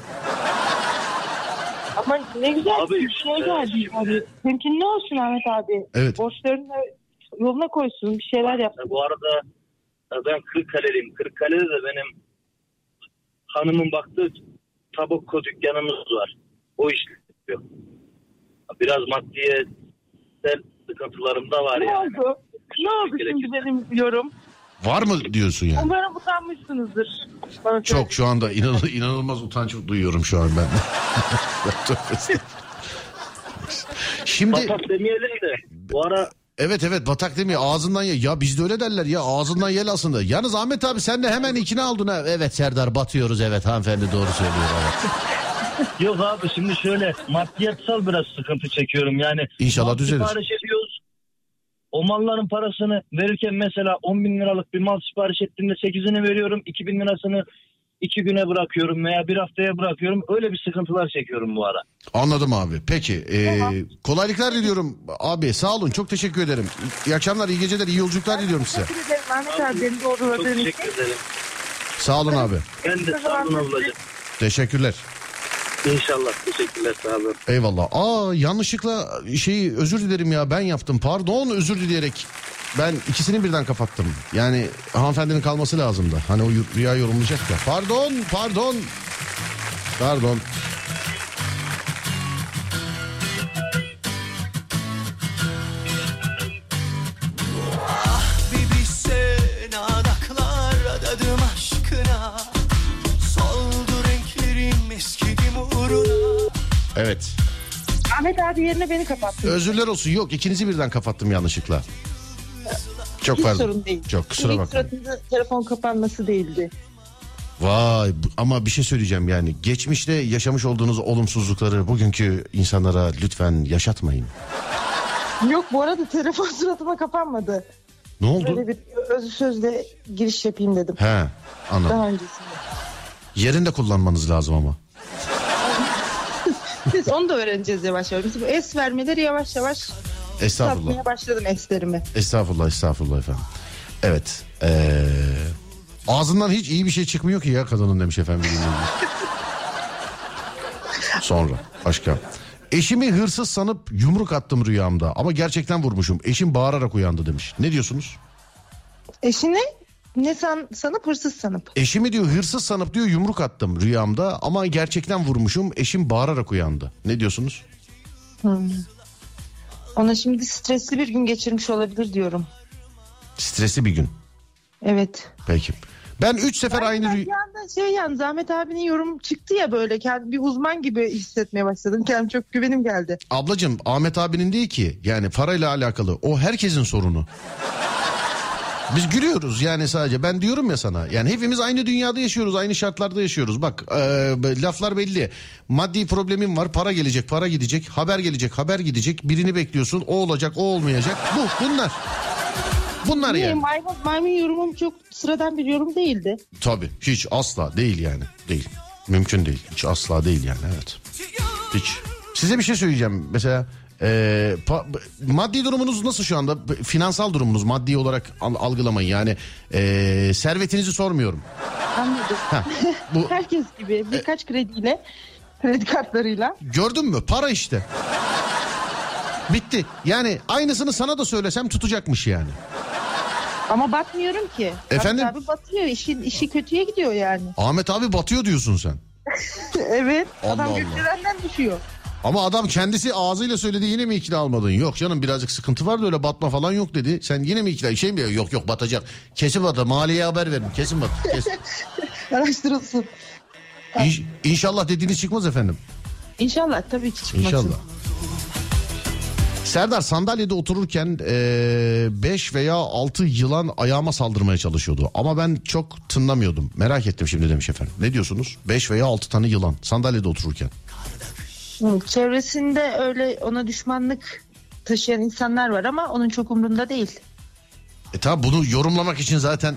Ama ne güzel Abi, bir şey e, geldi. Abi. Temkinli olsun Ahmet abi. Evet. Borçlarını yoluna koysun, bir şeyler yapsın. Bu arada ben Kırıkkale'liyim. Kırıkkale'de de benim hanımın baktığı tabakko dükkanımız var. O iş yapıyor. Biraz maddiye sıkıntılarım da var Ne yani. oldu? Ne oldu şimdi benim yorum? Var mı diyorsun yani? Umarım utanmışsınızdır. Bana Çok şu anda inan, inanılmaz utanç duyuyorum şu an ben. Şimdi Batak demeyelim de bu ara evet evet batak demiyor ağzından ye. Ya bizde öyle derler ya ağzından yel aslında. Yalnız Ahmet abi sen de hemen ikna oldun ha. Evet Serdar batıyoruz evet hanımefendi doğru söylüyor. Evet. yok abi şimdi şöyle maddiyatsal biraz sıkıntı çekiyorum yani. İnşallah mal düzelir. Sipariş ediyoruz. O malların parasını verirken mesela on bin liralık bir mal sipariş ettiğimde sekizini veriyorum. iki bin lirasını iki güne bırakıyorum veya bir haftaya bırakıyorum. Öyle bir sıkıntılar çekiyorum bu ara. Anladım abi. Peki ee, kolaylıklar diliyorum abi sağ olun çok teşekkür ederim. İyi akşamlar iyi geceler iyi yolculuklar diliyorum size. Teşekkür ederim Ahmet abi beni Çok doğruladığın için. teşekkür ederim. Sağ olun abi. Ben de sağ olun ablacığım. Teşekkürler. İnşallah. Teşekkürler sağ olun. Eyvallah. Aa yanlışlıkla şeyi özür dilerim ya ben yaptım. Pardon özür dileyerek ben ikisini birden kapattım. Yani hanımefendinin kalması lazımdı. Hani o rüya yorumlayacak ya. Pardon pardon. Pardon. Bir bilsen adaklar adadım aşkına. Soldu renklerim eskidim uğruna. Evet. Ahmet abi yerine beni kapattın. Özürler olsun. Yok ikinizi birden kapattım yanlışlıkla. Çok Hiç pardon. sorun değil. Çok kusura İlk bakmayın. suratında telefon kapanması değildi. Vay bu- ama bir şey söyleyeceğim yani. Geçmişte yaşamış olduğunuz olumsuzlukları bugünkü insanlara lütfen yaşatmayın. Yok bu arada telefon suratıma kapanmadı. Ne oldu? Böyle bir özlü sözle giriş yapayım dedim. He anladım. Daha öncesinde. Yerinde kullanmanız lazım ama. Biz onu da öğreneceğiz yavaş yavaş. Biz bu es vermeleri yavaş yavaş Estağfurullah. satmaya başladım eslerimi. Estağfurullah estağfurullah efendim. Evet. Ee, ağzından hiç iyi bir şey çıkmıyor ki ya kadının demiş efendim. Sonra başka. Eşimi hırsız sanıp yumruk attım rüyamda ama gerçekten vurmuşum. Eşim bağırarak uyandı demiş. Ne diyorsunuz? Eşini ne san, sanıp hırsız sanıp. Eşimi diyor hırsız sanıp diyor yumruk attım rüyamda ama gerçekten vurmuşum. Eşim bağırarak uyandı. Ne diyorsunuz? Hmm. Ona şimdi stresli bir gün geçirmiş olabilir diyorum. Stresli bir gün. Evet. Peki. Ben üç sefer aynı Ben rüy... bir anda şey yani Zahmet abinin yorum çıktı ya böyle kendi bir uzman gibi hissetmeye başladım. Kendime çok güvenim geldi. Ablacığım Ahmet abinin değil ki yani parayla alakalı o herkesin sorunu. Biz gülüyoruz yani sadece ben diyorum ya sana yani hepimiz aynı dünyada yaşıyoruz aynı şartlarda yaşıyoruz bak e, laflar belli maddi problemim var para gelecek para gidecek haber gelecek haber gidecek birini bekliyorsun o olacak o olmayacak bu bunlar bunlar Niye? yani. Maymun, maymun yorumum çok sıradan bir yorum değildi. Tabii hiç asla değil yani değil mümkün değil hiç asla değil yani evet hiç. Size bir şey söyleyeceğim mesela Ee, pa- maddi durumunuz nasıl şu anda? Finansal durumunuz maddi olarak al- algılamayın. Yani ee, servetinizi sormuyorum. Anladım. Ha, bu Herkes gibi birkaç krediyle, kredi kartlarıyla. gördün mü? Para işte. Bitti. Yani aynısını sana da söylesem tutacakmış yani. Ama batmıyorum ki. Efendim? Ahmet abi batıyor. İşin, işi kötüye gidiyor yani. Ahmet abi batıyor diyorsun sen. Evet. Allah adam Allah. gökdelenden düşüyor. Ama adam kendisi ağzıyla söyledi, yine mi ikna almadın? Yok canım, birazcık sıkıntı var da öyle batma falan yok dedi. Sen yine mi ikna? Şey mi? Yok yok, batacak. Kesin batacak. Maliyeye haber verin. Kesin batacak. Kesin. Araştırılsın. İnş, İnşallah dediğiniz çıkmaz efendim. İnşallah tabii ki çıkmasın. İnşallah. Serdar, sandalyede otururken beş veya altı yılan ayağıma saldırmaya çalışıyordu. Ama ben çok tınlamıyordum. Merak ettim şimdi demiş efendim. Ne diyorsunuz? beş veya altı tane yılan sandalyede otururken. Hı, çevresinde öyle ona düşmanlık taşıyan insanlar var ama onun çok umrunda değil. E tabi, bunu yorumlamak için zaten...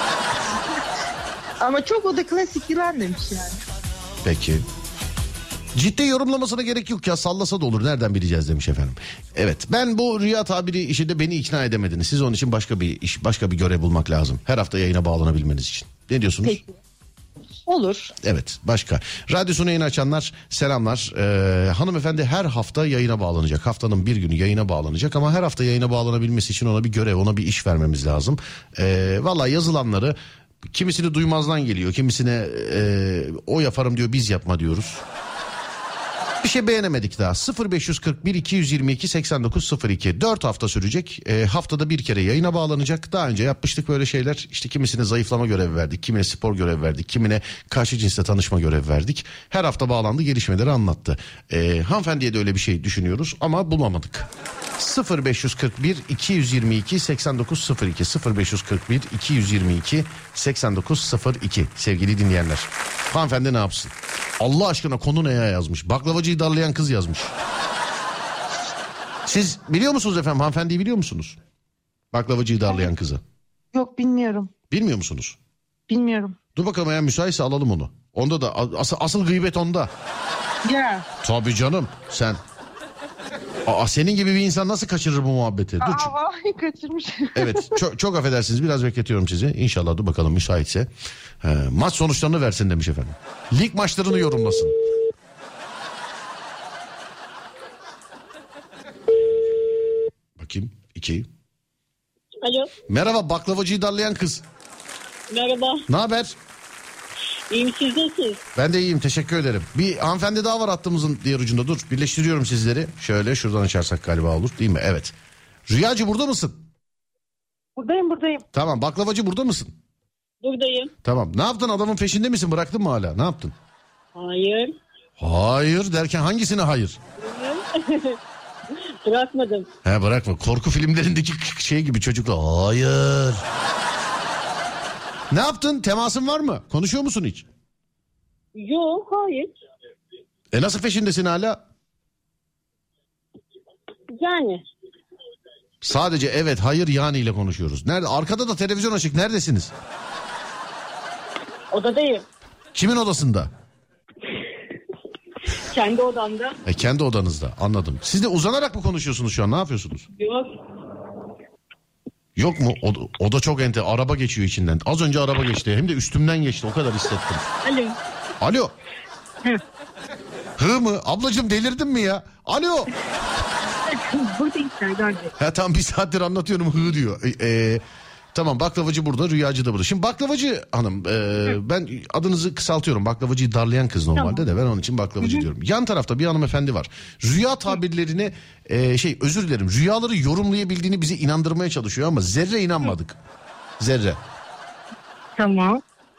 Ama çok o da klasik yılan demiş yani. Peki. Ciddi yorumlamasına gerek yok ya, sallasa da olur, nereden bileceğiz demiş efendim. Evet, ben bu rüya tabiri işinde beni ikna edemediniz. Siz onun için başka bir iş, başka bir görev bulmak lazım. Her hafta yayına bağlanabilmeniz için. Ne diyorsunuz? Peki. Olur. Evet, başka. Radyosunu yayın açanlar selamlar. Ee, hanımefendi her hafta yayına bağlanacak. Haftanın bir günü yayına bağlanacak ama her hafta yayına bağlanabilmesi için ona bir görev, ona bir iş vermemiz lazım. Ee, Valla yazılanları kimisini duymazdan geliyor. Kimisine e, o yaparım diyor, biz yapma diyoruz. Bir şey beğenemedik daha. sıfır beş kırk bir iki yüz yirmi iki seksen dokuz sıfır iki dört hafta sürecek. E, haftada bir kere yayına bağlanacak. Daha önce yapmıştık böyle şeyler. İşte kimisine zayıflama görevi verdik. Kimine spor görevi verdik. Kimine karşı cinsle tanışma görevi verdik. Her hafta bağlandı, gelişmeleri anlattı. E, hanımefendiye de öyle bir şey düşünüyoruz ama bulamadık. sıfır beş kırk bir iki yüz yirmi iki seksen dokuz sıfır iki sıfır beş kırk bir iki yüz yirmi iki seksen dokuz sıfır iki sevgili dinleyenler. Hanımefendi ne yapsın? Allah aşkına konu neye yazmış? Baklavacıyı darlayan kız yazmış. Siz biliyor musunuz efendim? Hanımefendiyi biliyor musunuz? Baklavacıyı darlayan kızı. Yok, bilmiyorum. Bilmiyor musunuz? Bilmiyorum. Dur bakalım, eğer müsaitse alalım onu. Onda da asıl, asıl gıybet onda. Ya. Tabii canım, sen. Aa, senin gibi bir insan nasıl kaçırır bu muhabbeti? Dur. Aa, vallahi kaçırmış. Evet, çok, çok affedersiniz, biraz bekletiyorum sizi. İnşallah, dur bakalım müsaitse. He, maç sonuçlarını versin demiş efendim. Lig maçlarını yorumlasın. Bakayım, iki. Alo. Merhaba, baklavacıyı darlayan kız. Merhaba. Ne haber? İyiyim, siz nasılsınız? Ben de iyiyim, teşekkür ederim. Bir hanımefendi daha var hattımızın diğer ucunda. Dur, birleştiriyorum sizleri. Şöyle şuradan açarsak galiba olur, değil mi? Evet. Rüyacı burada mısın? Buradayım buradayım. Tamam, baklavacı burada mısın? Buradayım. Tamam, ne yaptın, adamın peşinde misin, bıraktın mı hala, ne yaptın? Hayır. Hayır derken hangisine hayır? Bırakmadım. He, bırakma, korku filmlerindeki şey gibi çocuklar. Hayır. Ne yaptın, temasın var mı, konuşuyor musun hiç? Yok, hayır. E nasıl peşindesin hala? Yani. Sadece evet, hayır, yani ile konuşuyoruz. Nerede? Arkada da televizyon açık, neredesiniz? Odadayım. Kimin odasında? Kendi odamda. E, kendi odanızda, anladım. Siz de uzanarak mı konuşuyorsunuz şu an, ne yapıyorsunuz? Yok. Yok mu? O, o da çok ente. Araba geçiyor içinden. Az önce araba geçti. Hem de üstümden geçti. O kadar hissettim. Alo. Alo. Hı. Hı mı? Ablacığım delirdin mi ya? Alo. Buradayım Serdar Bey. Ha, tam bir saattir anlatıyorum, hı diyor. E, e, tamam, baklavacı burada, rüyacı da burada. Şimdi baklavacı hanım, e, ben adınızı kısaltıyorum. Baklavacıyı darlayan kız normalde, tamam, de ben onun için baklavacı, hı-hı, diyorum. Yan tarafta bir hanımefendi var. Rüya tabirlerini e, şey özür dilerim. Rüyaları yorumlayabildiğini bizi inandırmaya çalışıyor ama zerre inanmadık. Hı. Zerre. Tamam.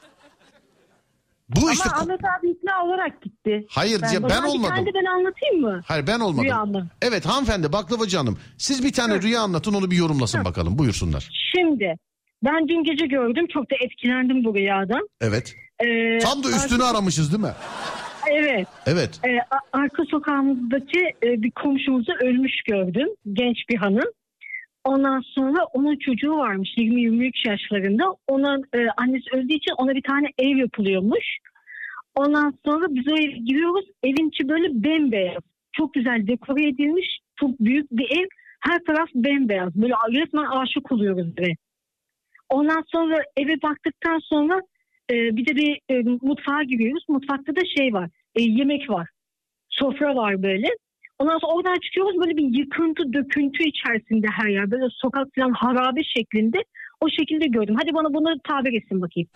Bu ama işte... Ahmet abi ikna olarak gitti. Hayır, ben, ben, ben olmadım. Bir tane ben anlatayım mı? Hayır, ben olmadım. Rüyamı. Evet hanımefendi, baklavacı hanım. Siz bir tane, hı, rüya anlatın, onu bir yorumlasın, hı, bakalım. Buyursunlar. Şimdi ben dün gece gördüm. Çok da etkilendim bu rüyadan. Evet. Ee, Tam da üstünü arka... aramışız değil mi? Evet. Evet. Ee, arka sokağımızdaki e, bir komşumuzu ölmüş gördüm. Genç bir hanım. Ondan sonra onun çocuğu varmış yirmi yirmi üç yaşlarında. Onun e, annesi öldüğü için ona bir tane ev yapılıyormuş. Ondan sonra biz o eve giriyoruz. Evin içi böyle bembeyaz. Çok güzel dekore edilmiş. çok büyük bir ev. Her taraf bembeyaz. Böyle resmen aşık oluyoruz eve. Ondan sonra eve baktıktan sonra e, bir de bir e, mutfağa giriyoruz. Mutfakta da şey var. E, yemek var. Sofra var böyle. Ondan sonra oradan çıkıyoruz, böyle bir yıkıntı, döküntü içerisinde her yer. Böyle sokak falan harabe şeklinde. O şekilde gördüm. Hadi bana bunları tabir etsin bakayım.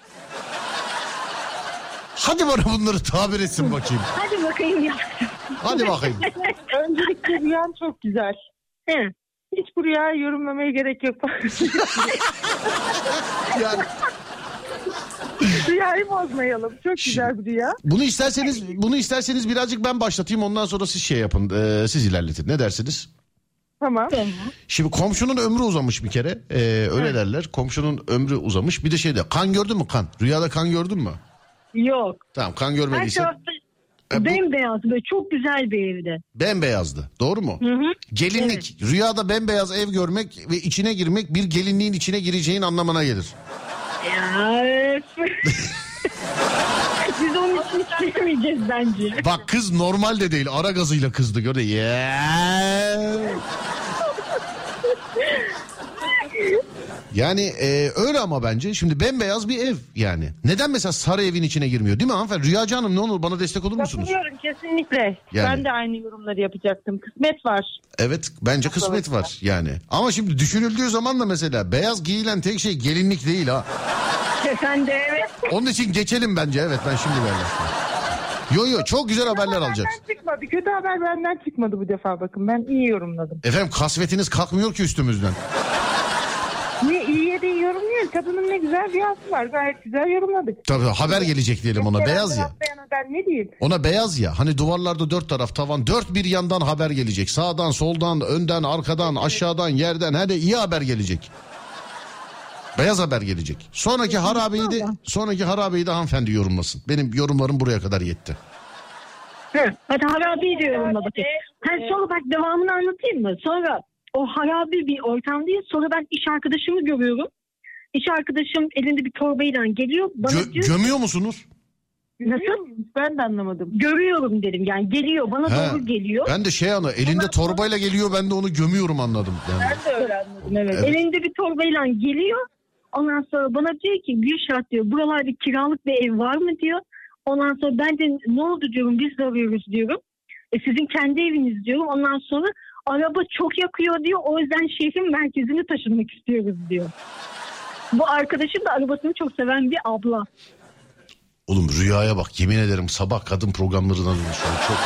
Hadi bana bunları tabir etsin bakayım. Hadi bakayım ya. Hadi bakayım. Öncelikle rüyan çok güzel. He. Hiç bu rüyayı yorumlamaya gerek yok. Yani Rüyayı bozmayalım. Çok güzel bir rüya. bunu isterseniz bunu isterseniz birazcık ben başlatayım, ondan sonra siz şey yapın. E, siz ilerletin. Ne dersiniz? Tamam. Şimdi komşunun ömrü uzamış bir kere. E, öyle derler. Komşunun ömrü uzamış. Bir de şeyde kan gördün mü kan? Rüyada kan gördün mü? Yok. Tamam, kan Her görmediysen. tarafta E, bu bembeyaz, böyle çok güzel bir evde. bembeyazdı. Doğru mu? Hı hı. Gelinlik. Rüyada bembeyaz ev görmek ve içine girmek bir gelinliğin içine gireceğin anlamına gelir. Ya. Biz onun için istemeyeceğiz bence. Bak kız normal de değil, ara gazıyla kızdı, göre. Yeah. Yani e, öyle ama bence şimdi bembeyaz bir ev yani. Neden mesela sarı evin içine girmiyor, değil mi hanımefendi? Rüyacı Hanım, ne olur bana destek olur musunuz? Katılıyorum kesinlikle. Yani. Ben de aynı yorumları yapacaktım. Kısmet var. Evet, bence kısmet var yani. Ama şimdi düşünüldüğü zaman da mesela beyaz giyilen tek şey gelinlik değil ha. Sen de evet. Onun için geçelim bence, evet, ben şimdi verdim. Yo yo, çok güzel haberler alacağız. Benden çıkmadı. Kötü haber benden çıkmadı bu defa, bakın. Ben iyi yorumladım. Efendim kasvetiniz kalkmıyor ki üstümüzden. Niye iyiye de yorumluyor? Kadının ne güzel rüyası var. Gayet güzel yorumladık. Tabii haber gelecek diyelim ona, beyaz ya. Ben ne diyeyim? Ona beyaz ya, hani duvarlarda dört taraf tavan, dört bir yandan haber gelecek. Sağdan, soldan, önden, arkadan, aşağıdan, yerden, her de iyi haber gelecek. Beyaz haber gelecek. Sonraki harabeyi de sonraki harabeyi de hanımefendi yorumlasın. Benim yorumlarım buraya kadar yetti. Hı. Hadi harabi diyorum da bakayım. Ha, sonra bak devamını anlatayım mı? Sonra o harabi bir ortamdayız. Sonra ben iş arkadaşımı görüyorum. İş arkadaşım elinde bir torbayla geliyor. Bana Gö- diyor, gömüyor musunuz? nasıl? Ben de anlamadım. Görüyorum dedim, yani geliyor bana He. doğru geliyor. Ben de şey anladım. Elinde torbayla geliyor, ben de onu gömüyorum anladım. Yani. Ben de öyle anladım. Evet. Evet. Elinde bir torbayla geliyor. Ondan sonra bana diyor ki Gülşah diyor, buralarda kiralık bir ev var mı diyor. Ondan sonra ben de ne oldu diyorum, biz de arıyoruz diyorum. E, sizin kendi eviniz diyorum. Ondan sonra araba çok yakıyor diyor. O yüzden şehrin merkezine taşınmak istiyoruz diyor. Bu arkadaşım da arabasını çok seven bir abla. Oğlum rüyaya bak, yemin ederim sabah kadın programlarına dönüşüyor. Çok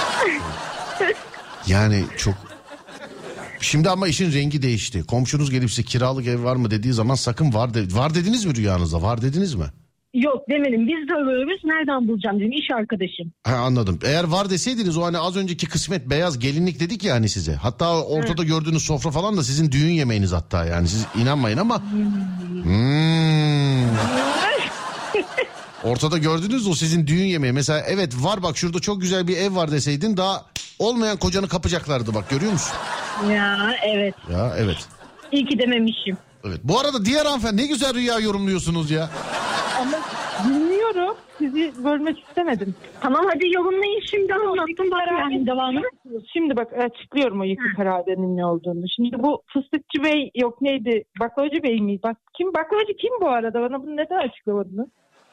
yani çok. Şimdi ama işin rengi değişti. Komşunuz gelip size kiralık ev var mı dediği zaman sakın var de, var dediniz mi rüyanızda? Var dediniz mi? Yok demedim, biz de arıyoruz, nereden bulacağım dedim, iş arkadaşım. Ha, anladım. Eğer var deseydiniz, o hani az önceki kısmet beyaz gelinlik dedik ya hani size. Hatta ortada Hı. gördüğünüz sofra falan da sizin düğün yemeğiniz hatta, yani siz inanmayın ama. Hmm. Ortada gördünüz, o sizin düğün yemeği. Mesela evet var bak şurada çok güzel bir ev var deseydin, daha olmayan kocanı kapacaklardı bak, görüyor musun? Ya evet. Ya evet. İyi ki dememişim. Evet. Bu arada diğer hanımefendi ne güzel rüya yorumluyorsunuz ya. Ama dinliyorum. Sizi bölmek istemedim. Tamam hadi yorumlayın şimdi, anlattım bari yani devamını. Şimdi bak açıklıyorum o yıkık harabenin ne olduğunu. Şimdi bu Fıstıkçı Bey, yok neydi? Baklavacı Bey miydi? Bak kim baklavacı kim bu arada? Bana bunu neden açıklamadınız?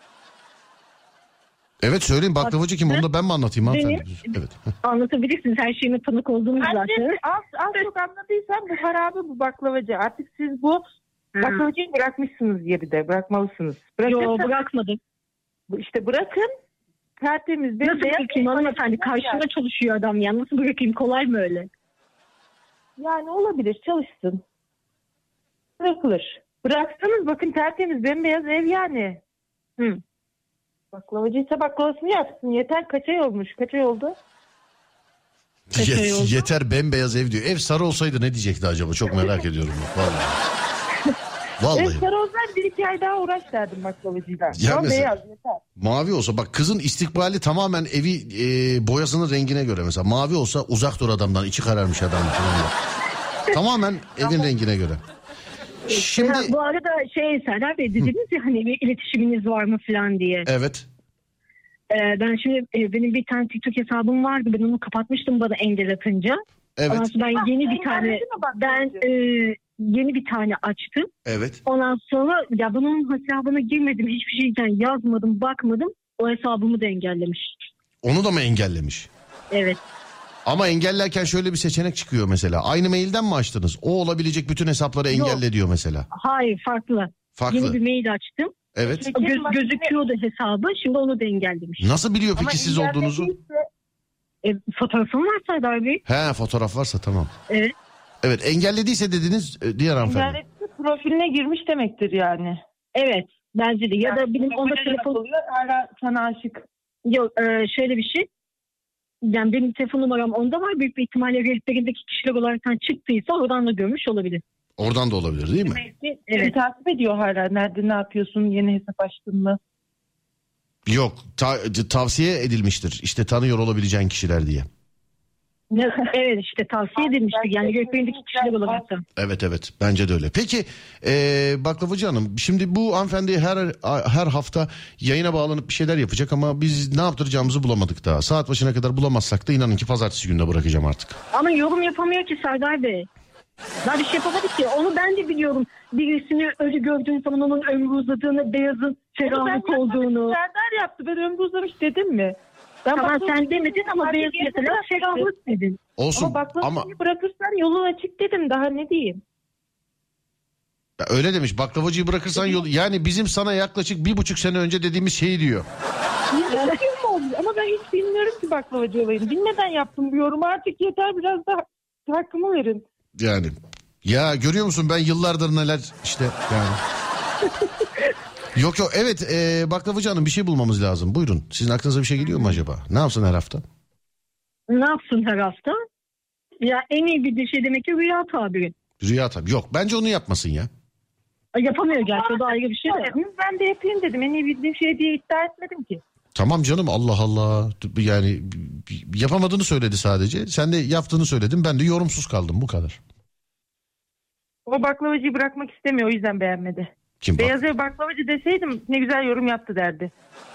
Evet söyleyin, baklavacı kim? Onu da ben mi anlatayım hanımefendi? Benim. Evet. Anlatabilirsiniz, her şeyime tanık olduğunuz Ben zaten. de az, az çok anlatıysam bu harabe, bu baklavacı. Artık siz bu baklavacıyı bırakmışsınız geride. Bırakmalısınız. Yok bırakmadım. İşte bırakın. Tertemiz. Nasıl bırakayım hanımefendi? Karşımda çalışıyor adam ya. Nasıl bırakayım? Kolay mı öyle? Yani olabilir. Çalışsın. Bırakılır. Bıraksanız bakın tertemiz bembeyaz ev yani. Hı. Baklavacıysa baklavasını yapsın. Yeter, kaç ay olmuş? Kaç ay oldu? Kaç ay oldu? Yeter bembeyaz ev diyor. Ev sarı olsaydı ne diyecekti acaba? Çok merak ediyorum. Vallahi. Vallahi. Ev sarı olsaydı bir iki ay daha uğraş derdim baklavacıyla. Ya Ama mesela, beyaz yeter. mavi olsa bak, kızın istikbali tamamen evi e, boyasının rengine göre mesela. Mavi olsa uzak dur adamdan, içi kararmış adam. Tamamen evin rengine göre. Şimdi Ha, bu arada şey Serdar Bey dediniz ya hani bir iletişiminiz var mı falan diye. evet. Ee, ben şimdi e, benim bir tane TikTok hesabım vardı. Ben onu kapatmıştım bana engel atınca. Evet. Ondan sonra ben yeni bir tane ben e, yeni bir tane açtım. Evet. Ondan sonra ya bunun hesabına girmedim, hiçbir şeyden yazmadım, bakmadım. O hesabımı da engellemiş. Onu da mı engellemiş? Evet. Ama engellerken şöyle bir seçenek çıkıyor mesela. Aynı mailden mi açtınız? O olabilecek bütün hesapları engelle Yok. diyor mesela. Hayır, farklı. Farklı. Yeni bir mail açtım. Evet. O göz, gözüküyordu hesabı. Şimdi onu da engellemiş. Nasıl biliyor peki siz olduğunuzu? E, fotoğrafım var Serdar Bey. He, fotoğraf varsa tamam. Evet. Evet, engellediyse dediniz e, diğer hanımefendi. İnternette profiline girmiş demektir yani. Evet. Bence de. Ya da benim onda telefon... oluyor. Hala sana aşık. Yok, e, şöyle bir şey. Yani benim telefon numaram onda var. Büyük bir ihtimalle rehberindeki kişiler olarak çıktıysa oradan da görmüş olabilir. Oradan da olabilir değil mi? Evet. Evet. Takip ediyor hala. Nerede ne yapıyorsun? Yeni hesap açtın mı? Yok, ta- tavsiye edilmiştir. İşte tanıyor olabileceğin kişiler diye. Evet, işte tavsiye edilmiştir. Yani rehberindeki kişiler olarak da. Evet evet, bence de öyle. Peki e, Baklavacı Hanım, şimdi bu hanımefendi her her hafta yayına bağlanıp bir şeyler yapacak ama biz ne yaptıracağımızı bulamadık daha. Saat başına kadar bulamazsak da inanın ki pazartesi gününe bırakacağım artık. Ama yorum yapamıyor ki Serdar Bey. Daha bir şey yapamadı ki. Onu ben de biliyorum. Birisini ölü gördüğün zaman onun ömrü uzadığını, beyazın ferahlık olduğunu. Serdar yaptı. Ben ömrü uzamış dedim mi? Ben Tamam baklava- sen demedin ama beyaz mesela ferahlık dedin. Olsun Ama baklavayı ama bırakırsan yolun açık dedim. Daha ne diyeyim? öyle demiş, baklavacıyı bırakırsan yol, yani bizim sana yaklaşık bir buçuk sene önce dediğimiz şeyi diyor. Ama ben hiç bilmiyorum ki baklavacı olayını. Bilmeden yaptım bu yorumu. Artık yeter, biraz da hakkımı verin. Yani ya görüyor musun, ben yıllardır neler işte yani. Yok yok, evet e, Baklavacı Hanım, bir şey bulmamız lazım. Buyurun, sizin aklınıza bir şey geliyor mu acaba? Ne yapsın her hafta? Ne yapsın her hafta? Ya en iyi bir şey demek ki rüya tabiri. Rüya tabii. Yok, bence onu yapmasın ya. Ay, yapamıyor gerçi, o da ayrı bir şey de. Ben de yapayım dedim. En iyi bildiğim şey diye iddia etmedim ki. Tamam canım, Allah Allah. Yani yapamadığını söyledi sadece. Sen de yaptığını söyledin. Ben de yorumsuz kaldım, bu kadar. O baklavacıyı bırakmak istemiyor, o yüzden beğenmedi. Kim bak? Beyaz ev baklavacı deseydim ne güzel yorum yaptı derdi.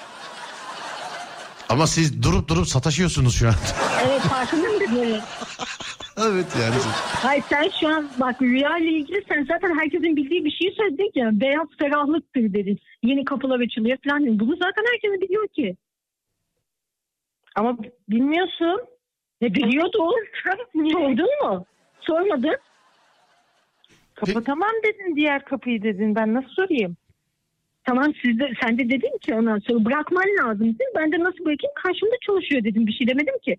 Ama siz durup durup sataşıyorsunuz şu an. Evet, farkındayım dedi. Evet yani. Hayır, sen şu an bak rüya ile ilgili sen zaten herkesin bildiği bir şeyi söyledin ya. Beyaz ferahlıktır dedin. Yeni kapılar açılıyor falan dedin. Bunu zaten herkes biliyor ki. Ama bilmiyorsun. Ne biliyordun? Sordun mu? Sormadın. Kapatamam dedin, diğer kapıyı dedin. Ben nasıl sorayım? Tamam, siz de, sen de dedin ki ondan sonra bırakman lazım dedin. Ben de nasıl bırakayım, karşımda çalışıyor dedim. Bir şey demedim ki.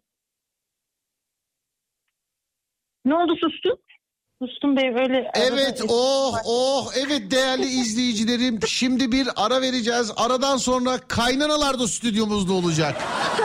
Ne oldu, sustun? Sustum bey, öyle. Evet, oh oh, evet değerli izleyicilerim. Şimdi bir ara vereceğiz. Aradan sonra kaynanalar da stüdyomuzda olacak.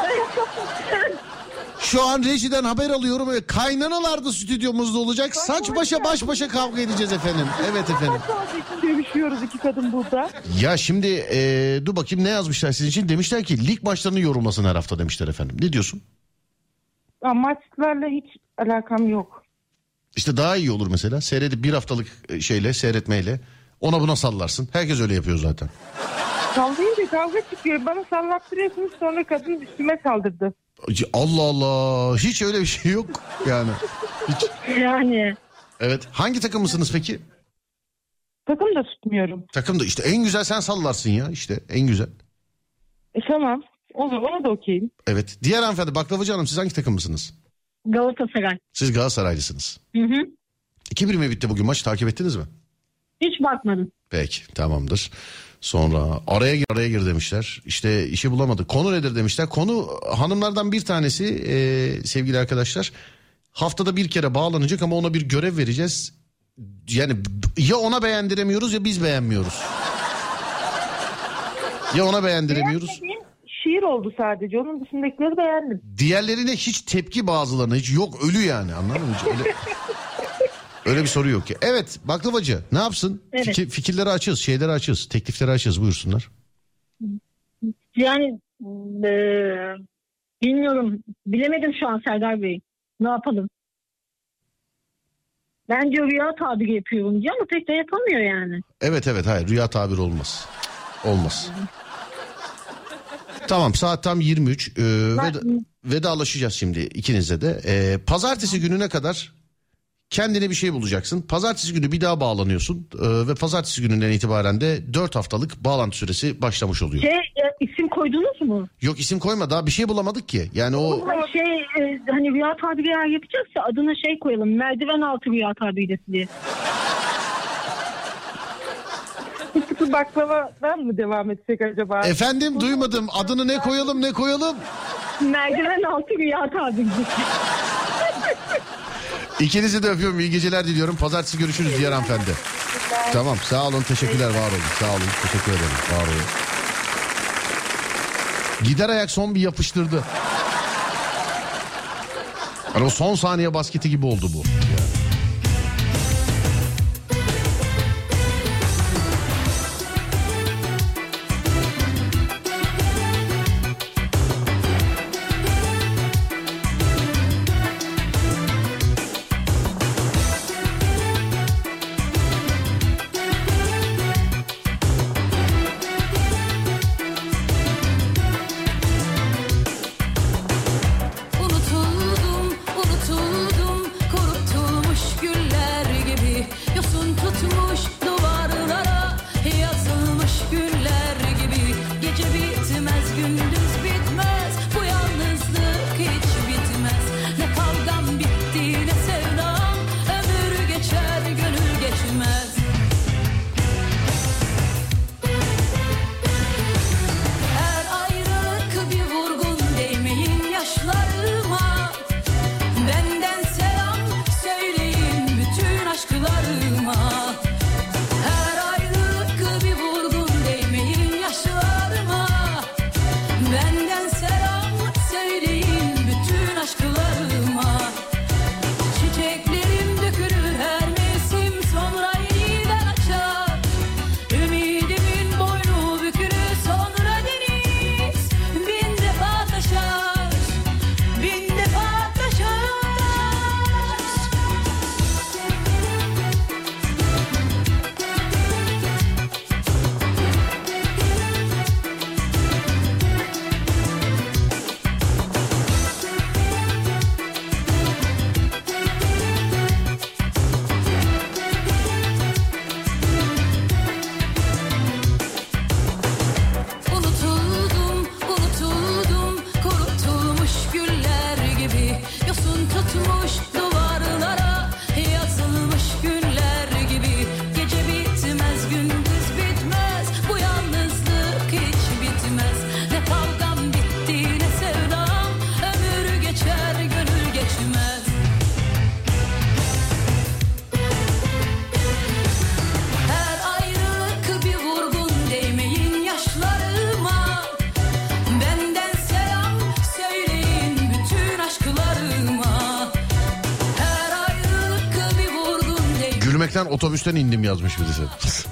Şu an rejiden haber alıyorum. Kaynanalar da stüdyomuzda olacak. Saç başa baş başa kavga edeceğiz efendim. Evet efendim. Dövüşüyoruz iki kadın burada. Ya şimdi ee, dur bakayım ne yazmışlar sizin için. Demişler ki lig maçlarını yorumlasın her hafta demişler efendim. Ne diyorsun? Ya, maçlarla hiç alakam yok. İşte daha iyi olur mesela. Seyredip bir haftalık şeyle, seyretmeyle ona buna sallarsın. Herkes öyle yapıyor zaten. Kavgayınca kavga çıkıyor. Bana sallattırıyorsunuz, sonra kadın üstüme saldırdı. Allah Allah, hiç öyle bir şey yok yani. Hiç. Yani. Evet, hangi takımlısınız peki? Takım da tutmuyorum. Takım da işte en güzel sen sallarsın ya, işte en güzel. E tamam, olur, ona da okeyim. Evet, diğer hanımefendi Baklavacı Hanım, siz hangi takımlısınız? Galatasaray. Siz Galatasaraylısınız. Hı hı. iki bir mi bitti bugün maç, takip ettiniz mi? Hiç bakmadım. Peki, tamamdır. Sonra araya gir, araya gir demişler. İşte işi bulamadı. Konu nedir demişler. Konu hanımlardan bir tanesi e, sevgili arkadaşlar. Haftada bir kere bağlanacak ama ona bir görev vereceğiz. Yani ya ona beğendiremiyoruz ya biz beğenmiyoruz. Ya ona beğendiremiyoruz. Beğenmediğim şiir oldu sadece. Onun dışındakileri beğendim. Diğerlerine hiç tepki, bazılarına hiç yok, ölü yani, anladın mı? Hiç öyle, öyle bir soru yok ki. Evet Baklavacı ne yapsın? Evet. Fikir, fikirleri açığız, şeyleri açığız, teklifleri açığız, buyursunlar. Yani e, bilmiyorum. Bilemedim şu an Serdar Bey. Ne yapalım? Bence rüya tabiri yapıyorum diye ama pek de yapamıyor yani. Evet evet, hayır, rüya tabiri olmaz. Olmaz. Tamam, saat tam yirmi üç. Ee, Ben- veda, vedalaşacağız şimdi ikinize de. Ee, pazartesi gününe kadar kendine bir şey bulacaksın. Pazartesi günü bir daha bağlanıyorsun. Ee, ve pazartesi gününden itibaren de dört haftalık bağlantı süresi başlamış oluyor. Şey e, isim koydunuz mu? Yok, isim koyma, daha bir şey bulamadık ki. Yani o Şey e, hani rüya tabiri eğer yapacaksa adına şey koyalım. Merdiven altı rüya tabiresi diye. Fıstıklı baklavadan mı devam etsek acaba? efendim duymadım, adını ne koyalım ne koyalım? Merdiven altı rüya tabiresi. İkinizi de öpüyorum, iyi geceler diliyorum. Pazartesi görüşürüz diğer hanımefendi. Tamam, sağ olun, teşekkürler, var olun. Sağ olun, teşekkür ederim, var olun. Gider ayak son bir yapıştırdı. Yani o son saniye basketi gibi oldu bu. Yani. Unutuldum, unutuldum, kurutulmuş güller gibi. Yosun tutmuş duvarlara, yazılmış güller gibi. Gece bitmez, gündüz bitmez, bu yalnızlık hiç bitmez. Ne kavgam bitti, ne sevdam, ömür geçer, gönül geçmez. Her ayrılık bir vurgun, değmeyin yaşlarıma. Benden selam söyleyin bütün aşklarıma. Her ayrılık bir vurgun, değmeyin yaşlarıma. Benden selam söyleyin bütün aşklarıma. Çiçeklerim dökülür her mevsim, sonra yeniden açar. Ümidimin boynu bükülür, sonra deniz bin defa taşar, bin defa taşar. Unutuldum, unutuldum, kurutulmuş güller gibi. Yosun tutmuş duvarlara, yazılmış güller gibi. Gece bitmez, gündüz bitmez, bu yalnızlık hiç bitmez. Ne kavgam bitti, ne sevdam, ömür geçer, gönül geçmez. Her ayrılık bir vurgun, değmeyin yaşlarıma. Benden selam söyleyin bütün aşklarıma. Her ayrılık bir vurgun, değmeyin Gülmekten otobüsten indim yazmış birisi.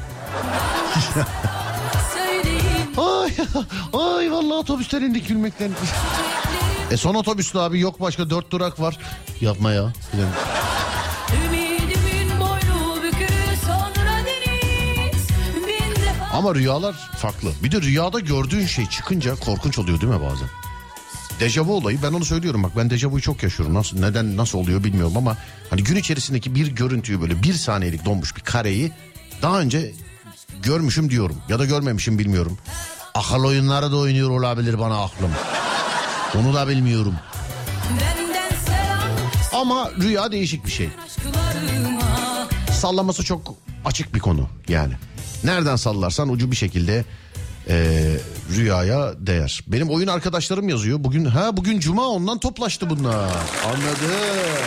söyleyin. Ay, ay vallahi otobüsten indik gülmekten. E son otobüste abi, yok başka, dört durak var. Yapma ya. Yani Ümidimin boynu bükülür, sonra deniz bin defa. ama rüyalar farklı. Bir de rüyada gördüğün şey çıkınca korkunç oluyor değil mi bazen? Dejavu olayı, ben onu söylüyorum bak, ben dejavuyu çok yaşıyorum. Nasıl, neden, nasıl oluyor bilmiyorum ama hani gün içerisindeki bir görüntüyü, böyle bir saniyelik donmuş bir kareyi daha önce görmüşüm diyorum ya da görmemişim bilmiyorum. Akıl oyunları da oynuyor olabilir bana aklım. Onu da bilmiyorum. Benden selam Ama rüya değişik bir şey. aşklarıma. Sallaması çok açık bir konu yani. Nereden sallarsan ucu bir şekilde e, rüyaya değer. Benim oyun arkadaşlarım yazıyor. Bugün ha bugün cuma, ondan toplaştı bunlar. Anladım.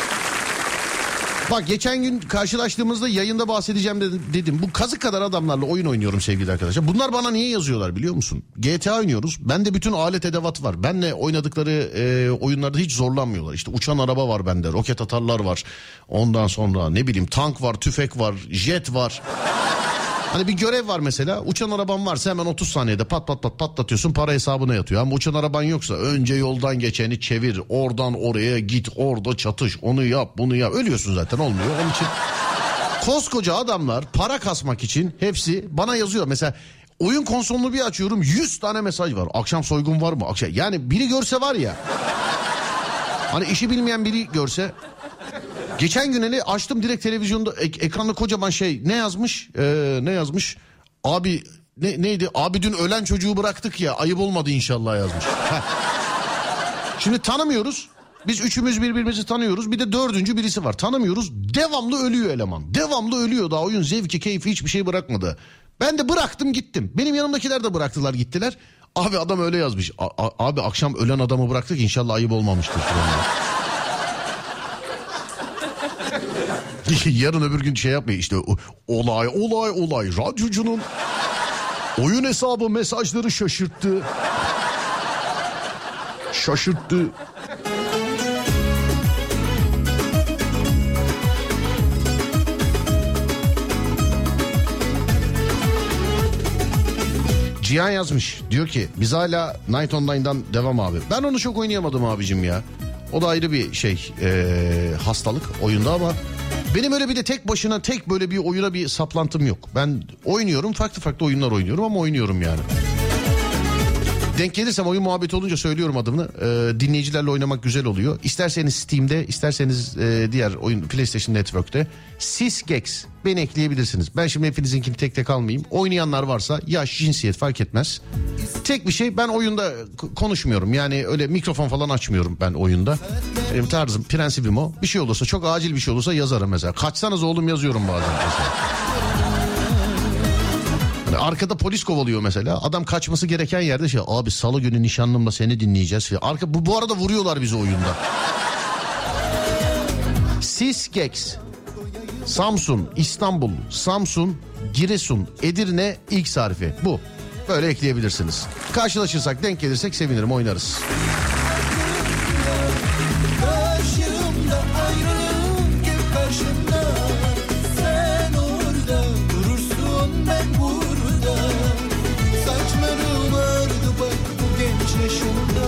Bak geçen gün karşılaştığımızda yayında bahsedeceğim dedim, dedim. Bu kazık kadar adamlarla oyun oynuyorum sevgili arkadaşlar. Bunlar bana niye yazıyorlar biliyor musun? G T A oynuyoruz. Bende bütün alet edevat var. Benle oynadıkları e, oyunlarda hiç zorlanmıyorlar. İşte uçan araba var bende. Roket atarlar var. Ondan sonra ne bileyim tank var, tüfek var, jet var. Hani bir görev var mesela, uçan araban varsa hemen otuz saniyede pat pat pat patlatıyorsun, para hesabına yatıyor. Ama uçan araban yoksa önce yoldan geçeni çevir, oradan oraya git, orada çatış, onu yap bunu yap, ölüyorsun zaten, olmuyor. Onun için koskoca adamlar para kasmak için hepsi bana yazıyor. Mesela oyun konsolunu bir açıyorum, yüz tane mesaj var. Akşam soygun var mı? Akşam yani biri görse var ya. Hani işi bilmeyen biri görse. Geçen gün hele açtım direkt televizyonda ek- ekranda kocaman şey ne yazmış? Ee, ne yazmış? Abi ne, neydi? Abi dün ölen çocuğu bıraktık ya, ayıp olmadı inşallah yazmış. Heh. Şimdi tanımıyoruz. Biz üçümüz birbirimizi tanıyoruz. Bir de dördüncü birisi var. Tanımıyoruz. Devamlı ölüyor eleman. Devamlı ölüyor. Daha oyun zevki, keyfi hiçbir şey bırakmadı. Ben de bıraktım gittim. Benim yanımdakiler de bıraktılar gittiler. Abi adam öyle yazmış. A- a- abi akşam ölen adamı bıraktık, inşallah ayıp olmamıştır. Yarın öbür gün şey yapmayın işte, olay olay olay radyocunun oyun hesabı mesajları şaşırttı. Şaşırttı. Cihan yazmış. Diyor ki biz hala Night Online'dan devam abi. Ben onu çok oynayamadım abicim ya. O da ayrı bir şey ee, hastalık oyunda ama benim öyle bir de tek başına tek böyle bir oyuna bir saplantım yok. Ben oynuyorum, farklı farklı oyunlar oynuyorum ama oynuyorum yani. Denk gelirsem oyun muhabbeti olunca söylüyorum adını. Ee, dinleyicilerle oynamak güzel oluyor. İsterseniz Steam'de, isterseniz e, diğer oyun PlayStation Network'te SysGex beni ekleyebilirsiniz. Ben şimdi hepinizinkini tek tek almayayım. Oynayanlar varsa yaş, cinsiyet fark etmez. Tek bir şey, ben oyunda konuşmuyorum. Yani öyle mikrofon falan açmıyorum ben oyunda. Benim tarzım, prensibim o. Bir şey olursa, çok acil bir şey olursa yazarım mesela. Kaçsanız oğlum yazıyorum bazen mesela. Arkada polis kovalıyor mesela. Adam kaçması gereken yerde şey, abi salı günü nişanlımla seni dinleyeceğiz. Arka, bu, bu arada vuruyorlar bizi oyunda. SysGex. Samsun, İstanbul, Samsun, Giresun, Edirne ilk harfi. Bu. Böyle ekleyebilirsiniz. Karşılaşırsak, denk gelirsek sevinirim, oynarız. Karşımda ayrılık hep karşımda. Sen orada durursun, ben burada. Saçlarım ağrıdı bak bu genç yaşımda.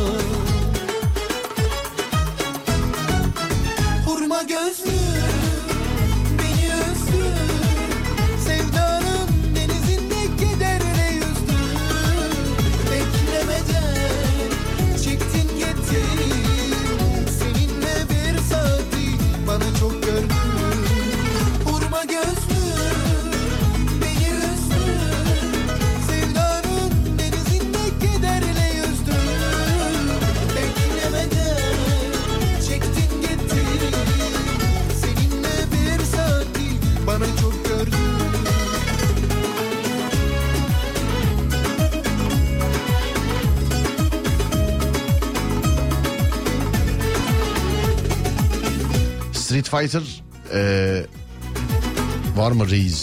Hurma gözlü beni üzdü. Sevdanın denizinde kederle yüzdü. Beklemeden çektin gittin. Seninle bir saati bana çok gördün. Hurma gözlü beni üzdü. Sevdanın denizinde kederle yüzdü. Beklemeden çektin gittin. Seninle bir saati bana çok gördün. Street Fighter ee, var mı reis?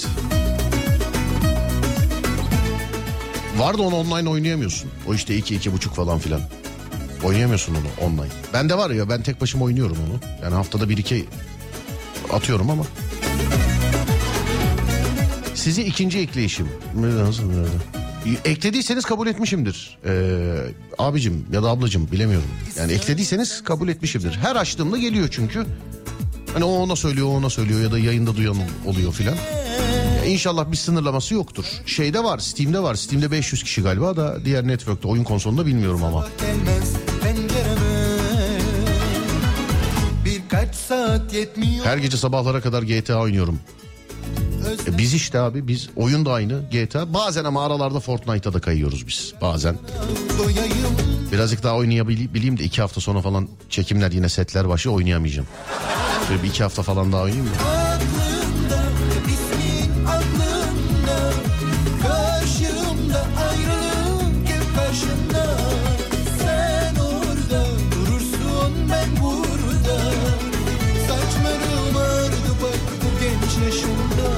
Var da onu online oynayamıyorsun. O işte iki iki buçuk falan filan. Oynayamıyorsun onu online. Bende var ya, ben tek başıma oynuyorum onu. Yani haftada bir iki atıyorum ama. Sizi ikinci ekleyişim. Nasıl? Eklediyseniz kabul etmişimdir. Ee, abicim ya da ablacım bilemiyorum. Yani eklediyseniz kabul etmişimdir. Her açtığımda geliyor çünkü. Hani o ona söylüyor, o ona söylüyor ya da yayında duyan oluyor filan. İnşallah bir sınırlaması yoktur. Şeyde var, Steam'de var. Steam'de beş yüz kişi galiba da diğer network'te, oyun konsolunda bilmiyorum ama. Gelmez pencereme. Birkaç saat yetmiyor. Her gece sabahlara kadar G T A oynuyorum. E biz işte abi, biz oyun da aynı G T A. Bazen ama aralarda Fortnite'a da kayıyoruz biz bazen. Doyayım. Birazcık daha oynayabileyim de iki hafta sonra falan çekimler, yine setler başı oynayamayacağım. Böyle bir iki hafta falan daha oynayayım mı? Aklımda ismin aklımda. Karşımda ayrılık hep karşımda. Sen orada durursun, ben burada. Saçlarım ağrıdı bak bu genç yaşımda.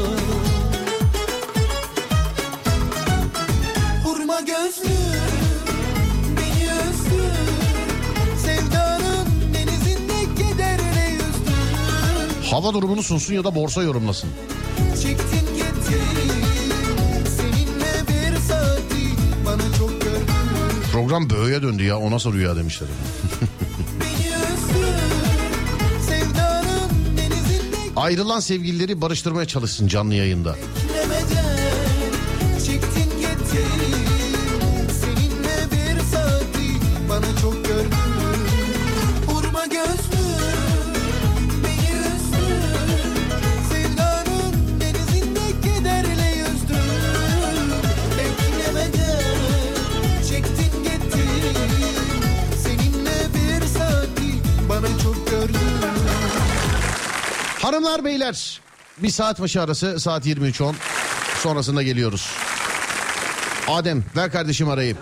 Hurma gözlü beni üzdü. Sevdanın denizinde kederle yüzdü. Hava durumunu sunsun ya da borsa yorumlasın. Çektin gittin. Seninle bir saati bana çok gördün. Program böğe döndü ya, o nasıl rüya demişler. Beni üzdü. Sevdanın denizinde Ayrılan sevgilileri barıştırmaya çalışsın canlı yayında. beklemeden çektin çok gördüm. Vurma gözlüm, beni üzdün. Sevdanın denizinde kederle yüzdün. Beklemeden çektin gittin. Seninle bir saati bana çok gördüm. Hanımlar beyler, bir saat başı arası, saat yirmi üç on. Sonrasında geliyoruz. Adem ver kardeşim arayı.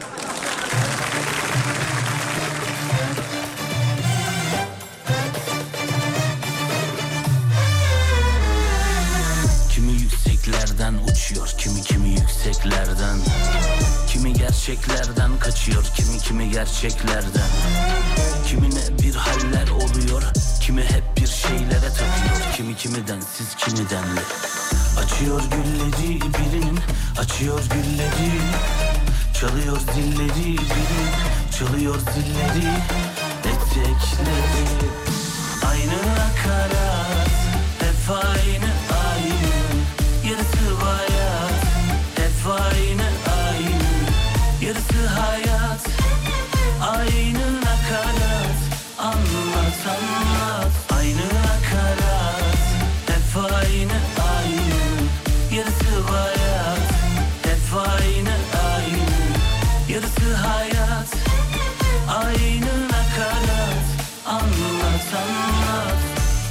Kimi yükseklerden uçuyor, kimi kimi yükseklerden. Kimi gerçeklerden kaçıyor, kimi kimi gerçeklerden. Kimine bir haller oluyor, kimi hep bir şeylere takıyor. Kimi kimi densiz, kimi denli. Açıyor gülleri birinin, açıyor gülleri. Çalıyor zilleri birinin, çalıyor zilleri. Etekleri aynı nakarat, hep aynı aynı. Yarısı hayat, hep aynı aynı. Yarısı hayat, aynı nakarat. Anlat anlat, aynı nakarat, hep aynı aynı. Yarısı hayat, hep aynı aynı. Yarısı hayat, aynı nakarat. Anlat anlat,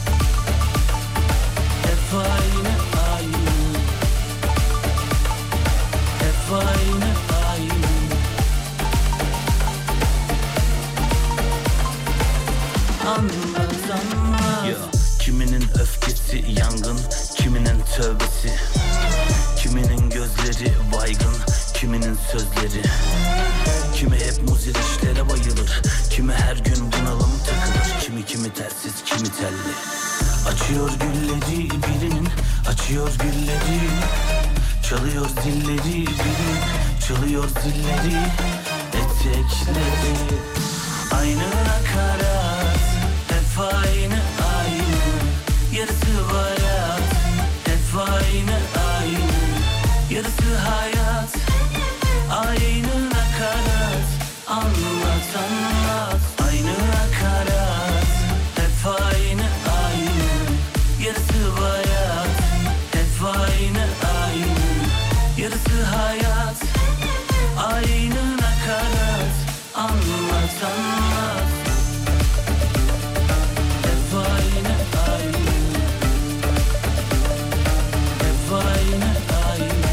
hep aynı aynı. Hep aynı aynı. Anlat anlat. Yeah. Kiminin öfkesi yangın, kiminin tövbesi. Kiminin gözleri baygın, kiminin sözleri. Kimi hep muzir işlere bayılır, kimi her gün bunalım takılır. Kimi kimi tersiz, kimi telli. Açıyor gülleri birinin, açıyor gülleri. Çalıyor zilleri birinin, çalıyor zilleri. Etekleri aynı nakarat, hep aynı aynı. Yarısı hayat, hep aynı aynı. Yarısı hayat, aynı nakarat. Anlat anlat, aynı nakarat, hep aynı aynı. Yarısı hayat, hep aynı aynı. Yarısı hayat, aynı nakarat. Anlat anlat, hep aynı aynı. Hep aynı aynı.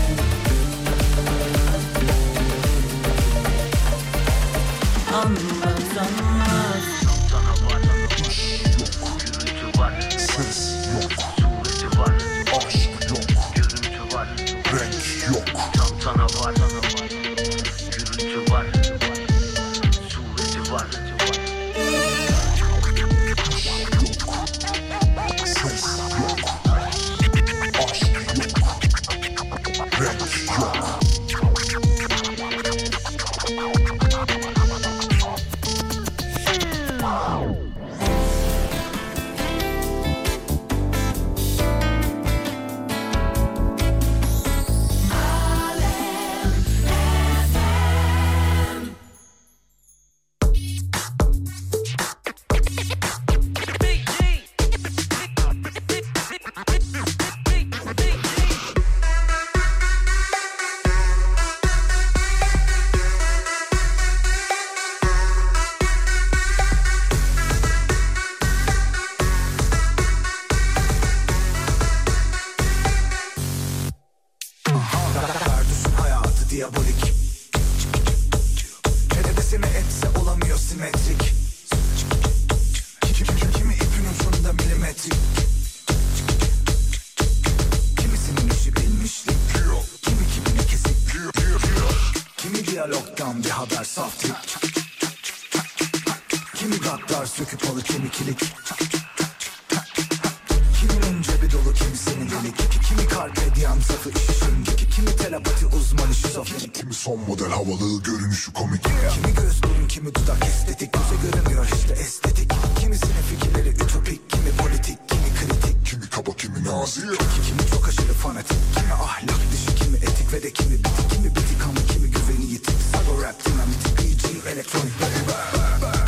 Anlat anlat. Sana var, gürültü var. Ses yok, sureti var. Aşk yok, görüntü var. Renk yok. Tantana var, gürültü var. Sureti var. Ses yok, aşk yok. Renk yok. Diyalogdan bir haber saf tip. Kimi gaddar söküp alı kimi kilik. Kiminin cebi dolu kimisinin delik. Kimi carpe diem safı işi şimdi. Kimi telepati uzmanı şizofrenik. Kimi son model havalı görünüşü komik. Kimi göz burun kimi dudak estetik. Göze görünmüyor işte estetik. Kimisinin fikirleri ütopik. Kimi politik kimi kritik. Kimi kaba kimi nazi. Kimi çok aşırı fanatik. Kimi ahlak dışı kimi etik ve de kimi bitik. Kimi bitik ama kimi güveni yitik. Sago rap dinamitik P G elektronik baby.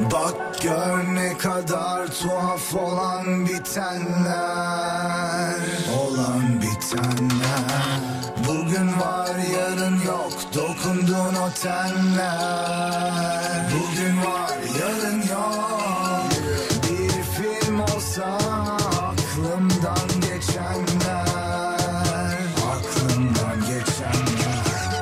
Bak gör ne kadar tuhaf olan bitenler, olan bitenler. Bugün var yarın yok dokunduğun o tenler. Bugün var yarın yok. Bir film olsa aklımdan geçenler, aklımdan geçenler.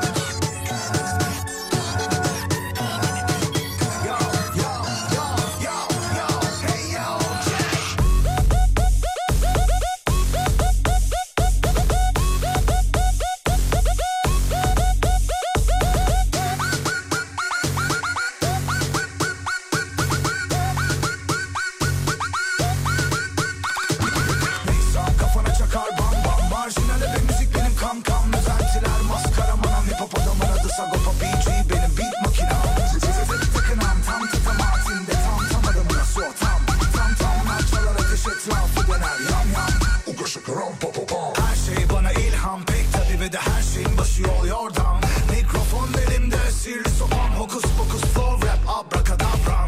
Her şey bana ilham pek tabi ve de her şeyin başı yol yordam. Mikrofon elimde sihirli sopam, hokus pokus flow rap abrakadabram.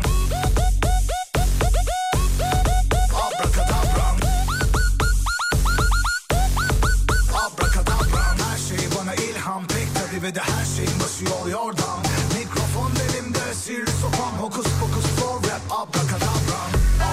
Abrakadabram. Abrakadabram. Her şey bana ilham pek tabi ve de her şeyin başı yol yordam. Mikrofon elimde sihirli sopam, hokus pokus flow rap abrakadabram.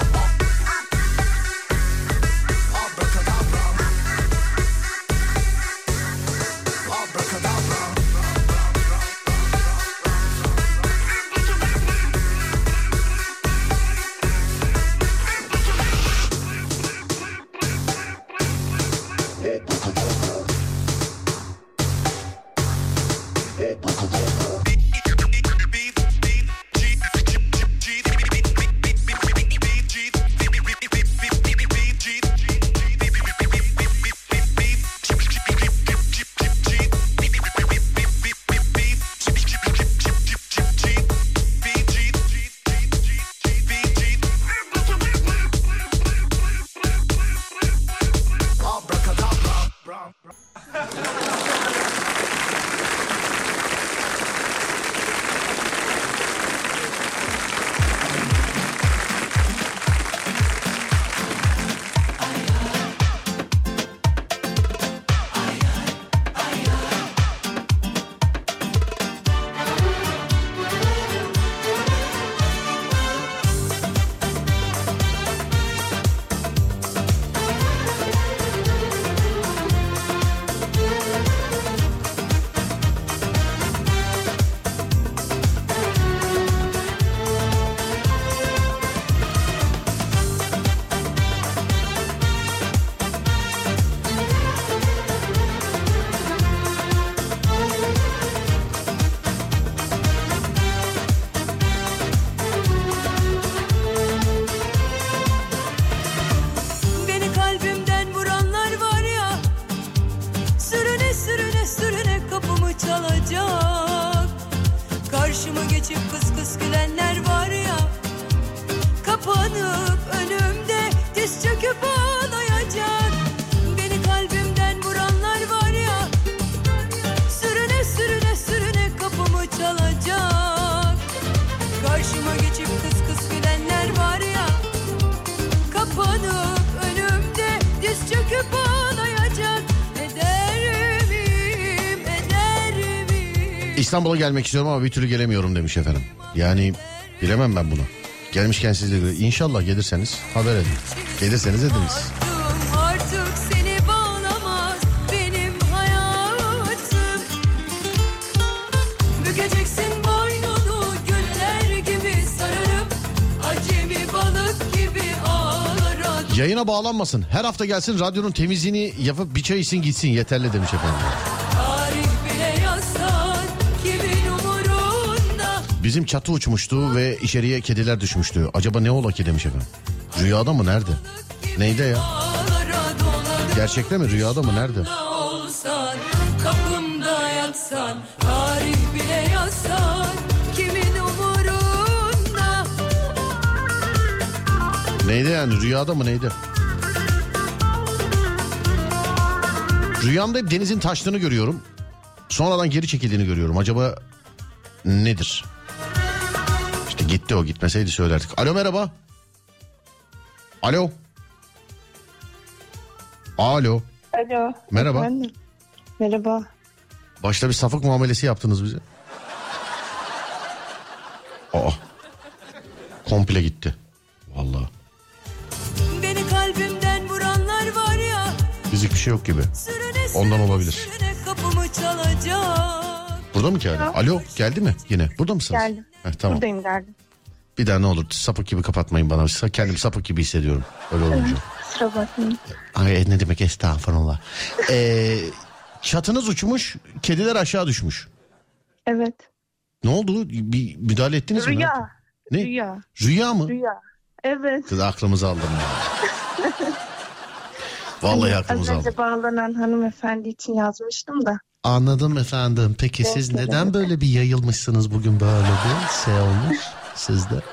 Karşıma geçip kıs kıs gülenler var ya, kapanıp önümde diz çöküp ağlayacak. Beni kalbimden vuranlar var ya, sürüne sürüne sürüne kapımı çalacak. Karşıma geçip kıs kıs gülenler var ya, kapanıp önümde diz çöküp ağlayacak. Eder miyim, eder miyim? İstanbul'a gelmek istiyorum ama bir türlü gelemiyorum demiş efendim. Yani bilemem ben bunu. Gelmişken siz de inşallah gelirseniz haber edin. Gelirseniz ediniz. Artık seni bağlamaz benim hayatım. Bükeceksin boynunu güller gibi sararıp, acemi balık gibi ağlar. Yayına bağlanmasın. Her hafta gelsin, radyonun temizliğini yapıp bir çay içsin gitsin, yeterli demiş efendim. Tarih bile yazsan kimin umurunda. Bizim çatı uçmuştu ve içeriye kediler düşmüştü. Acaba ne ola ki demiş efendim. Rüyada mı, nerede? Neyde ya? Gerçekte mi, rüyada mı, nerede? Olsan, kapımda yatsan, tarih bile yazsan kimin umurunda. Neyde yani, rüyada mı, neyde? Rüyamda hep denizin taştığını görüyorum. Sonradan geri çekildiğini görüyorum. Acaba nedir? İşte Gitti o, gitmeseydi söylerdik. Alo merhaba. Alo. Alo. Alo. Merhaba. Efendim? Merhaba. Başta bir safık muamelesi yaptınız bize. Aa. Komple gitti. Vallahi. Beni kalbimden vuranlar var ya. Fizik bir şey yok gibi. Sürüne Ondan olabilir. sürüne kapımı çalacak. Burada mı ki hala? Alo, geldi mi yine? Burada mısınız? Geldim. Heh, tamam. Buradayım geldim. Bir daha ne olur sapık gibi kapatmayın bana. Kendimi sapık gibi hissediyorum. Öyle olunca. Kusura bakmayın. Ay ne demek, estağfurullah. Ee, çatınız uçmuş, kediler aşağı düşmüş. Evet. Ne oldu? Bir müdahale ettiniz mi? Rüya. Ne? Rüya. Rüya mı? Rüya. Evet. Kız aklımızı aldın ya. Vallahi aklımızı Az aldın. önce bağlanan hanımefendi için yazmıştım da. Anladım efendim. Peki Yok, siz yok. neden böyle bir yayılmışsınız bugün, böyle bir şey olmuş sizde?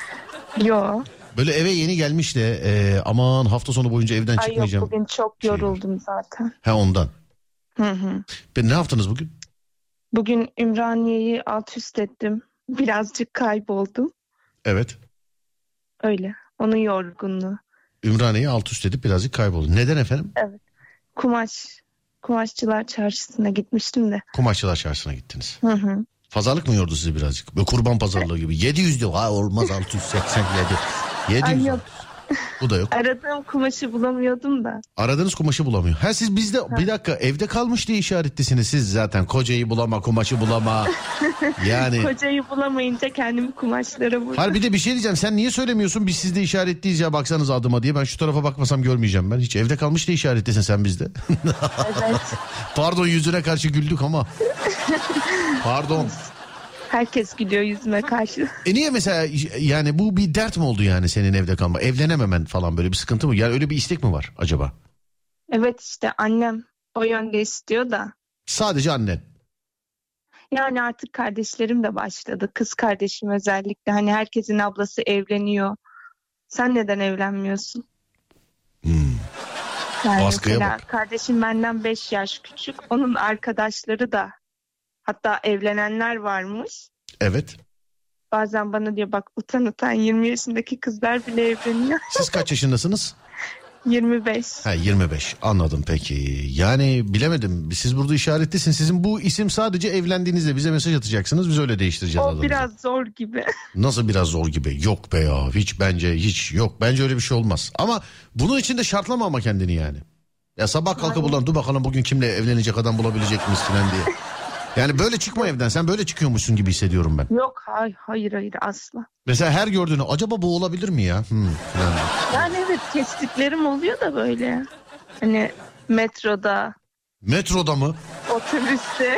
Yo. Böyle eve yeni gelmiş de e, aman hafta sonu boyunca evden Ay yok, çıkmayacağım. bugün çok yoruldum zaten. He ondan. Hı hı. Ben ne yaptınız bugün? Bugün Ümraniye'yi alt üst ettim. Birazcık kayboldum. Evet. Öyle. Onun yorgunluğu. Ümraniye'yi alt üst edip birazcık kayboldu. Neden efendim? Evet. Kumaş. Kumaşçılar çarşısına gitmiştim de. Kumaşçılar çarşısına gittiniz. Hı hı. Pazarlık mı yordu sizi birazcık? Böyle kurban pazarlığı gibi. yedi yüz diyor. Ha olmaz altı yüz seksen yedi. yedi yüz. Ay yok. Bu da yok. Aradığım kumaşı bulamıyordum da. Aradığınız kumaşı bulamıyor. Ha siz bizde bir dakika evde kalmış diye işaretlisiniz siz zaten. Kocayı bulama, kumaşı bulama. Yani. Kocayı bulamayınca kendimi kumaşlara vurdum. Hayır bir de bir şey diyeceğim. Sen niye söylemiyorsun? Biz sizde işaretliyiz ya, baksanız adıma diye. Ben şu tarafa bakmasam görmeyeceğim ben. Hiç evde kalmış diye işaretlisin sen bizde. Evet. Pardon, yüzüne karşı güldük ama. Pardon. Herkes gülüyor yüzüme karşı. E niye mesela, yani bu bir dert mi oldu yani senin evde kalma? Evlenememen falan, böyle bir sıkıntı mı? Yani öyle bir istek mi var acaba? Evet işte annem o yönde istiyor da. Sadece annen. Yani artık kardeşlerim de başladı. Kız kardeşim özellikle. Hani herkesin ablası evleniyor. Sen neden evlenmiyorsun? Hmm. Yani Baskıya mesela bak. kardeşim benden beş yaş küçük. Onun arkadaşları da, hatta evlenenler varmış. Evet. Bazen bana diyor bak utan utan yirmi yaşındaki kızlar bile evleniyor. Siz kaç yaşındasınız? yirmi beş. Ha yirmi beş, anladım peki. Yani bilemedim, siz burada işaretlisin. Sizin bu isim sadece evlendiğinizde bize mesaj atacaksınız. Biz öyle değiştireceğiz O adınızı. biraz zor gibi. Nasıl biraz zor gibi? Yok be ya, hiç bence hiç yok. Bence öyle bir şey olmaz. Ama bunun için de şartlama ama kendini yani. Ya sabah kalkıp ulan dur bakalım bugün kimle evlenecek adam bulabilecek miyiz falan diye. Yani böyle çıkma evden, sen böyle çıkıyormuşsun gibi hissediyorum ben. Yok hayır hayır hayır asla. Mesela her gördüğünü acaba bu olabilir mi ya? Hmm, falan diye. Yani evet kestiklerim oluyor da böyle. Hani metroda, Metroda mı? otobüste,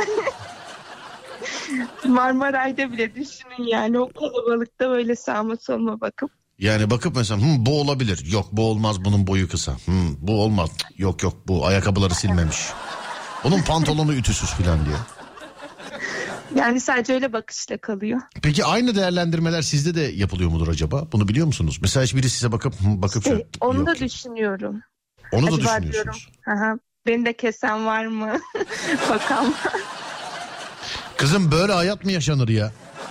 Marmaray'da bile düşünün yani o kalabalıkta böyle sağma solma bakıp. Yani bakıp mesela hmm, bu olabilir. Yok bu olmaz, bunun boyu kısa. Hmm, bu olmaz. Yok yok bu ayakkabıları silmemiş. Bunun pantolonu ütüsüz falan diye. Yani sadece öyle bakışla kalıyor. Peki aynı değerlendirmeler sizde de yapılıyor mudur acaba? Bunu biliyor musunuz? Mesela hiç biri size bakıp hmm, bakıp şöyle, İşte, onu yok. da düşünüyorum. Onu da Acaba düşünüyorsunuz. diyorum, aha, beni de kesen var mı? Bakalım. Kızım böyle hayat mı yaşanır ya?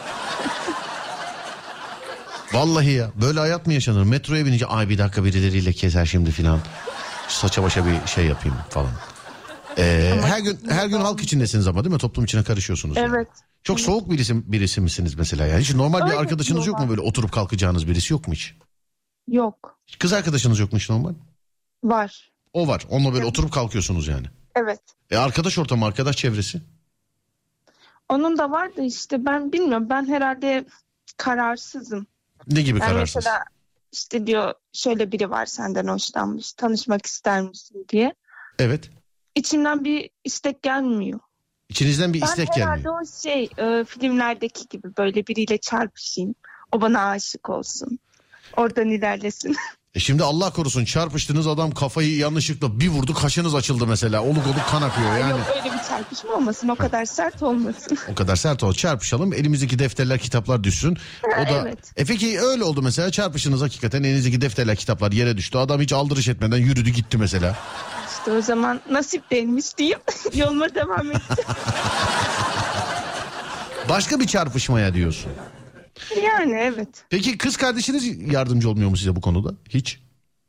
Vallahi ya, böyle hayat mı yaşanır? Metroya binince ay bir dakika birileriyle keser şimdi filan. Saça başa bir şey yapayım falan. Ee, her gün her gün halk içindesiniz ama değil mi? Toplum içine karışıyorsunuz. Yani. Evet. Çok soğuk birisi, birisi misiniz mesela? Yani hiç normal bir Öyle arkadaşınız yok mu, böyle oturup kalkacağınız birisi yok mu hiç? Yok. Kız arkadaşınız yok mu hiç normal? Var. O var. Onunla böyle oturup kalkıyorsunuz yani. Evet. E arkadaş ortamı, arkadaş çevresi? Onun da var da işte ben bilmiyorum. Ben herhalde kararsızım. Ne gibi Yani kararsız? mesela işte diyor şöyle biri var senden hoşlanmış. Tanışmak ister misin diye. Evet. İçimden bir istek gelmiyor. İçinizden bir Ben istek herhalde gelmiyor. o şey e, filmlerdeki gibi böyle biriyle çarpışayım. O bana aşık olsun. Oradan ilerlesin. E şimdi Allah korusun çarpıştınız, adam kafayı yanlışlıkla bir vurdu, kaşınız açıldı mesela. Oluk oluk kan akıyor yani. Yok öyle bir çarpışma olmasın. O kadar sert olmasın. O kadar sert ol, çarpışalım, elimizdeki defterler kitaplar düşsün. Ha, O da evet. E peki öyle oldu mesela, çarpışınız hakikaten, elinizdeki defterler kitaplar yere düştü. Adam hiç aldırış etmeden yürüdü gitti mesela. İşte o zaman nasip değilmiş diyeyim. Yoluma devam ettim. Başka bir çarpışmaya diyorsun. Yani evet. Peki kız kardeşiniz yardımcı olmuyor mu size bu konuda? Hiç?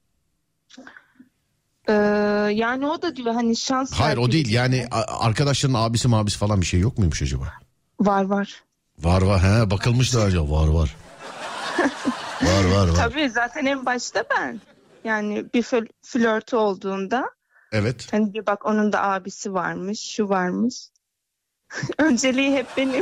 Ee, yani o da diyor hani şans. Hayır o değil yani arkadaşların abisi mabisi falan bir şey yok muymuş acaba? Var var. Var var he bakılmış da acaba var var. var var var. Tabii zaten en başta ben. Yani bir fl- flörtü olduğunda. Evet. Hani bir bak onun da abisi varmış, şu varmış. Önceliği hep benim.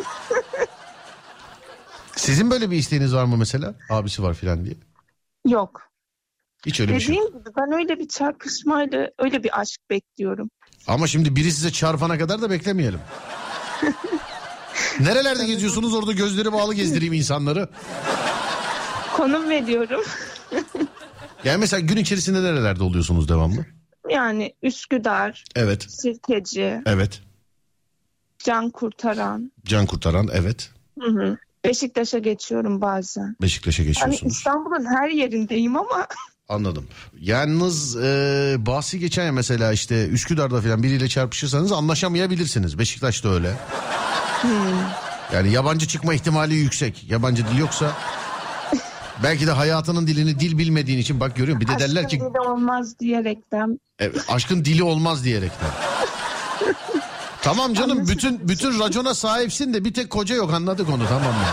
Sizin böyle bir isteğiniz var mı mesela? Abisi var filan diye. Yok. Hiç öyle bir şey yok. Dediğim gibi ben öyle bir çarpışmayla öyle bir aşk bekliyorum. Ama şimdi biri size çarpana kadar da beklemeyelim. Nerelerde geziyorsunuz orada gözleri bağlı gezdireyim insanları. Konum veriyorum. Yani mesela gün içerisinde nerelerde oluyorsunuz devamlı? Yani Üsküdar, Evet. Sirkeci, Evet. Can Kurtaran. Can Kurtaran evet. Hı hı. Beşiktaş'a geçiyorum bazen. Beşiktaş'a Hani geçiyorsunuz. İstanbul'un her yerindeyim ama. Anladım. Yalnız e, bahsi geçen ya mesela işte Üsküdar'da falan biriyle çarpışırsanız anlaşamayabilirsiniz. Beşiktaş'ta öyle. Hmm. Yani yabancı çıkma ihtimali yüksek. Yabancı dil yoksa belki de hayatının dilini dil bilmediğin için bak görüyorum. Bir de Aşkın derler ki dili olmaz diyerekten. e, aşkın dili olmaz diyerekten. Tamam canım bütün bütün racona sahipsin de bir tek koca yok anladık onu tamam mı?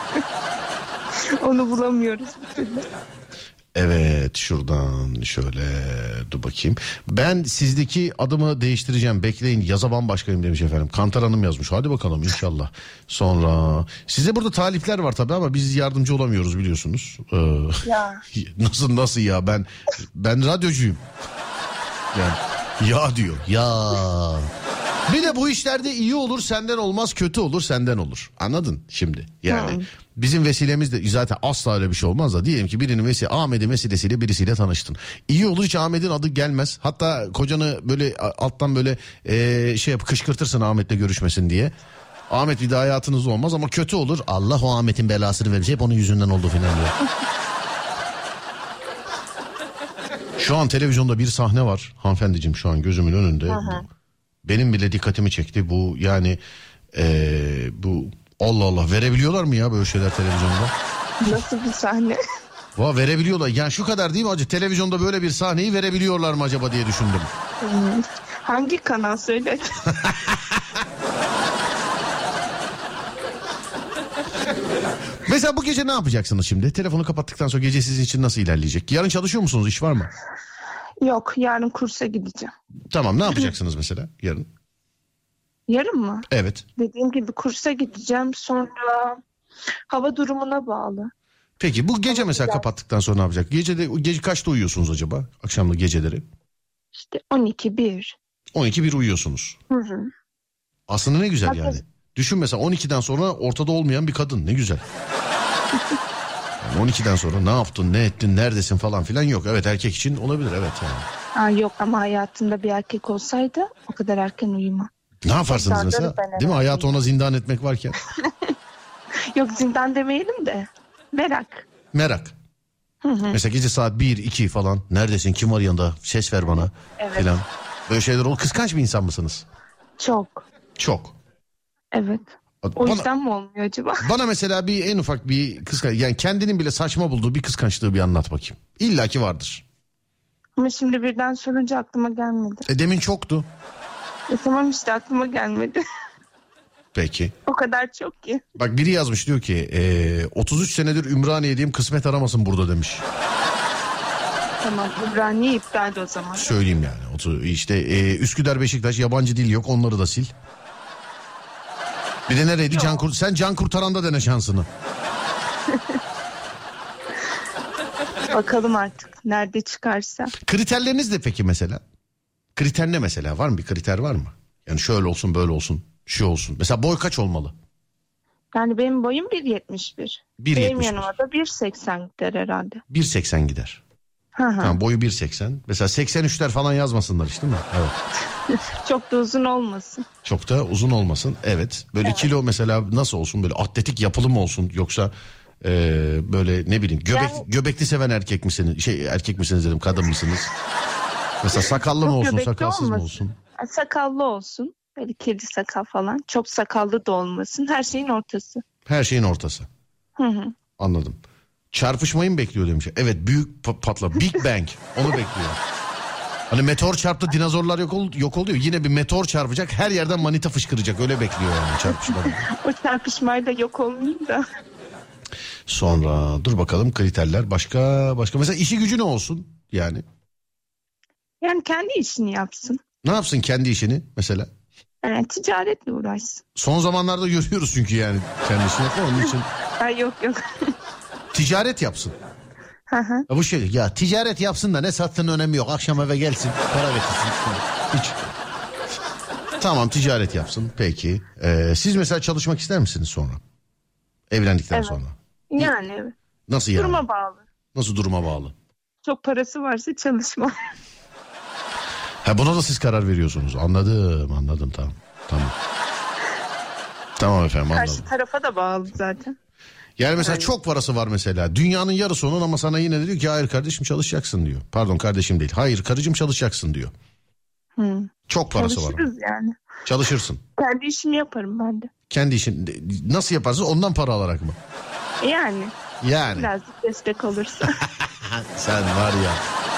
Onu bulamıyoruz bir türlü. Evet şuradan şöyle dur bakayım. Ben sizdeki adımı değiştireceğim bekleyin yaza bambaşkayım demiş efendim. Kantar Hanım yazmış hadi bakalım inşallah. Sonra size burada talipler var tabii ama biz yardımcı olamıyoruz biliyorsunuz. Ee, Ya. nasıl nasıl ya ben ben radyocuyum. Yani ya diyor ya. Bir de bu işlerde iyi olur senden olmaz kötü olur senden olur. Anladın şimdi yani. Hmm. Bizim vesilemiz de zaten asla öyle bir şey olmaz da diyelim ki birinin vesile Ahmet'in vesilesiyle birisiyle tanıştın. İyi olur hiç Ahmet'in adı gelmez. Hatta kocanı böyle alttan böyle e, şey yap kışkırtırsın Ahmet'le görüşmesin diye. Ahmet bir daha hayatınızda olmaz ama kötü olur. Allah o Ahmet'in belasını verecek hep onun yüzünden oldu filan diyor. Şu an televizyonda bir sahne var hanımefendiciğim şu an gözümün önünde. Hı hı. Benim bile dikkatimi çekti bu yani e, bu Allah Allah verebiliyorlar mı ya böyle şeyler televizyonda? Nasıl bir sahne? Va verebiliyorlar yani şu kadar değil mi acı televizyonda böyle bir sahneyi verebiliyorlar mı acaba diye düşündüm. Hmm. Hangi kanal söyle? Mesela bu gece ne yapacaksınız şimdi? Telefonu kapattıktan sonra gece sizin için nasıl ilerleyecek? Yarın çalışıyor musunuz? İş var mı? Yok yarın kursa gideceğim. Tamam ne yapacaksınız mesela yarın? Yarın mı? Evet. Dediğim gibi kursa gideceğim sonra hava durumuna bağlı. Peki bu gece mesela kapattıktan sonra ne yapacak? Gecede gece kaçta uyuyorsunuz acaba? Akşamlı geceleri? İşte on iki bir. on iki bir uyuyorsunuz. Hı hı. Aslında ne güzel Herkes... yani. Düşün mesela on ikiden sonra ortada olmayan bir kadın ne güzel. Yani on ikiden sonra ne yaptın, ne ettin, neredesin falan filan yok. Evet erkek için olabilir evet yani. Aa, yok ama hayatımda bir erkek olsaydı o kadar erken uyumam. Ne yaparsınız Zindanları mesela? ben Değil mi? Hayatı ona zindan etmek varken. Yok zindan demeyelim de merak. Merak. Hı hı. Mesela gece saat bir iki falan. Neredesin? Kim var yanında? Ses ver bana. Evet. Falan. Böyle şeyler olur. Kıskanç bir insan mısınız? Çok. Çok. Evet. O Bana, yüzden mi olmuyor acaba? bana mesela bir en ufak bir kıskanç... Yani kendinin bile saçma bulduğu bir kıskançlığı bir anlat bakayım. İlla ki vardır. Ama şimdi birden sorunca aklıma gelmedi. E demin çoktu. E tamam işte aklıma gelmedi. Peki. O kadar çok ki. Bak biri yazmış diyor ki e, otuz üç senedir Ümraniye'deyim kısmet aramasın burada demiş. Tamam Ümraniye iptaldi o zaman. Söyleyeyim yani. Otur, işte e, Üsküdar Beşiktaş yabancı dil yok onları da sil. Bir de nereydi? Can Kurt Sen Can Kurtaran'da dene şansını. Bakalım artık nerede çıkarsa. Kriterleriniz de peki mesela? Kriter ne mesela? Var mı bir kriter var mı? Yani şöyle olsun böyle olsun şu olsun. Mesela boy kaç olmalı? Yani benim boyum bir yetmiş bir. bir Benim yetmiş bir. yanıma da bir seksen gider herhalde. bir seksen gider. Hı hı. Tamam boyu bir seksen. Mesela seksen üçler falan yazmasınlar işte değil mi? Evet. Çok da uzun olmasın. Çok da uzun olmasın. Evet. Böyle evet. Kilo mesela nasıl olsun? Böyle atletik yapılı mı olsun? Yoksa e, böyle ne bileyim göbek, yani... göbekli seven erkek misiniz? Şey erkek misiniz dedim kadın mısınız? Mesela sakallı mı olsun sakalsız olmasın. mı olsun? Sakallı olsun. Böyle kedi sakal falan. Çok sakallı da olmasın. Her şeyin ortası. Her şeyin ortası. Hı hı. Anladım. Çarpışmayı mı bekliyor demiş. Evet, büyük patla. Big Bang. Onu bekliyor. Hani meteor çarptı, dinozorlar yok, ol, yok oluyor. Yine bir meteor çarpacak, her yerden manita fışkıracak. Öyle bekliyor yani çarpışmada. O çarpışmayla yok olmayayım da. Sonra dur bakalım kriterler. Başka başka mesela işi gücü ne olsun yani? Yani kendi işini yapsın. Ne yapsın kendi işini mesela? Yani ticaretle uğraşsın. Son zamanlarda görüyoruz çünkü yani kendi işini yapma, onun için. Ay yok yok. Ticaret yapsın. Hı hı. Ya bu şey ya, ticaret yapsın da ne sattığının önemi yok. Akşam eve gelsin, para getirsin. Hiç. Tamam, ticaret yapsın. Peki. Ee, siz mesela çalışmak ister misiniz sonra? Evlendikten Evet. sonra. Yani evet. Nasıl yani? Duruma bağlı. Nasıl duruma bağlı? Çok parası varsa çalışma. Ha, buna da siz karar veriyorsunuz. Anladım, anladım, tamam. Tamam. Tamam efendim, anladım. Karşı tarafa da bağlı zaten. Yani mesela Yani. çok parası var mesela. Dünyanın yarısı onun ama sana yine de diyor ki hayır kardeşim çalışacaksın diyor. Pardon kardeşim değil. Hayır karıcığım çalışacaksın diyor. Hı. Çok parası var. Çalışırız yani. Çalışırsın. Kendi işimi yaparım ben de. Kendi işin nasıl yaparsın, ondan para alarak mı? Yani. Yani. Birazcık destek olursa. Sen var ya.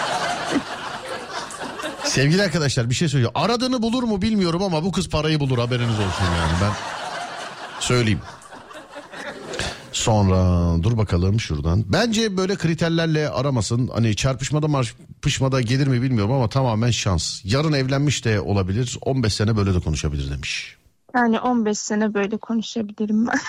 Sevgili arkadaşlar bir şey söyleyeyim. Aradığını bulur mu bilmiyorum ama bu kız parayı bulur, haberiniz olsun yani, ben söyleyeyim. Sonra dur bakalım şuradan. Bence böyle kriterlerle aramasın. Hani çarpışmada marpışmada gelir mi bilmiyorum ama tamamen şans. Yarın evlenmiş de olabilir. on beş sene böyle de konuşabilir demiş. Yani on beş sene böyle konuşabilirim ben.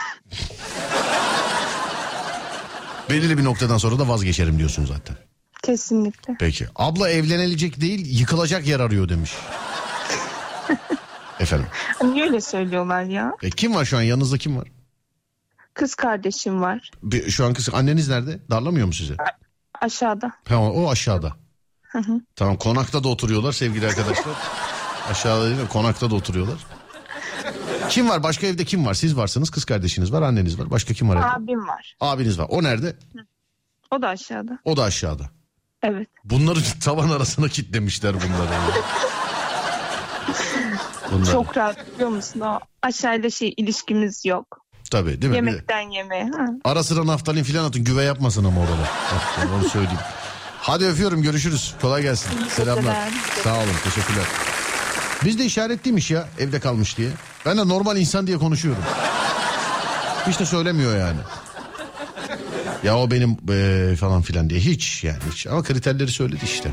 Belirli bir noktadan sonra da vazgeçerim diyorsun zaten. Kesinlikle. Peki. Abla evlenilecek değil, yıkılacak yer arıyor demiş. Efendim. Niye öyle söylüyorlar ya? E, kim var şu an yanınızda, kim var? Kız kardeşim var. Bir, şu an kız anneniz nerede? Darlamıyor mu sizi? Aşağıda. Ha, o aşağıda. Hı hı. Tamam, konakta da oturuyorlar sevgili arkadaşlar. Aşağıda değil mi? Konakta da oturuyorlar. Kim var? Başka evde kim var? Siz varsınız, kız kardeşiniz var, anneniz var. Başka kim var evde? Abim var. Abiniz var. O nerede? Hı. O da aşağıda. O da aşağıda. Evet. Bunları tavan arasına kilitlemişler bunları. Bunlar. Çok rahat, biliyor musun? O aşağıyla şey ilişkimiz yok. Tabii değil mi? Yemekten yemeğe. Ha. Ara sıra naftalin filan atın, güve yapmasın ama orada. Bak, onu söyleyeyim. Hadi öpüyorum, görüşürüz. Kolay gelsin. Selamlar. Sağ olun, teşekkürler. Biz de işaretliymiş ya evde kalmış diye. Ben de normal insan diye konuşuyorum. Hiç de söylemiyor yani. Ya o benim ee, falan filan diye, hiç yani hiç. Ama kriterleri söyledi işte.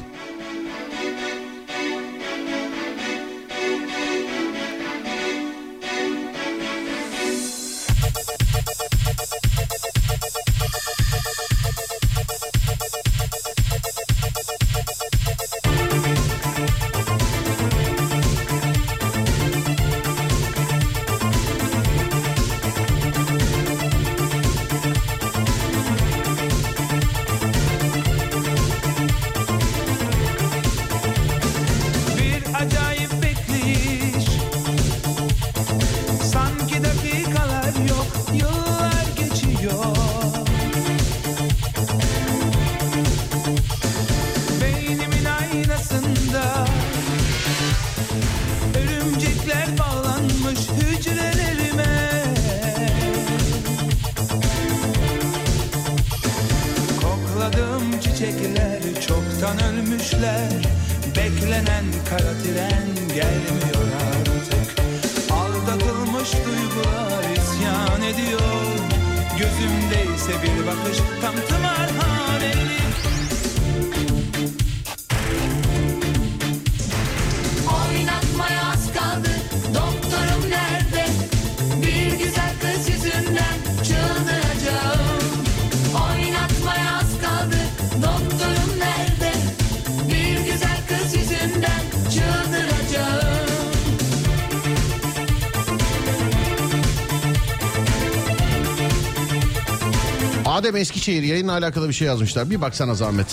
Adem Eskişehir yayınla alakalı bir şey yazmışlar. Bir baksana zahmet.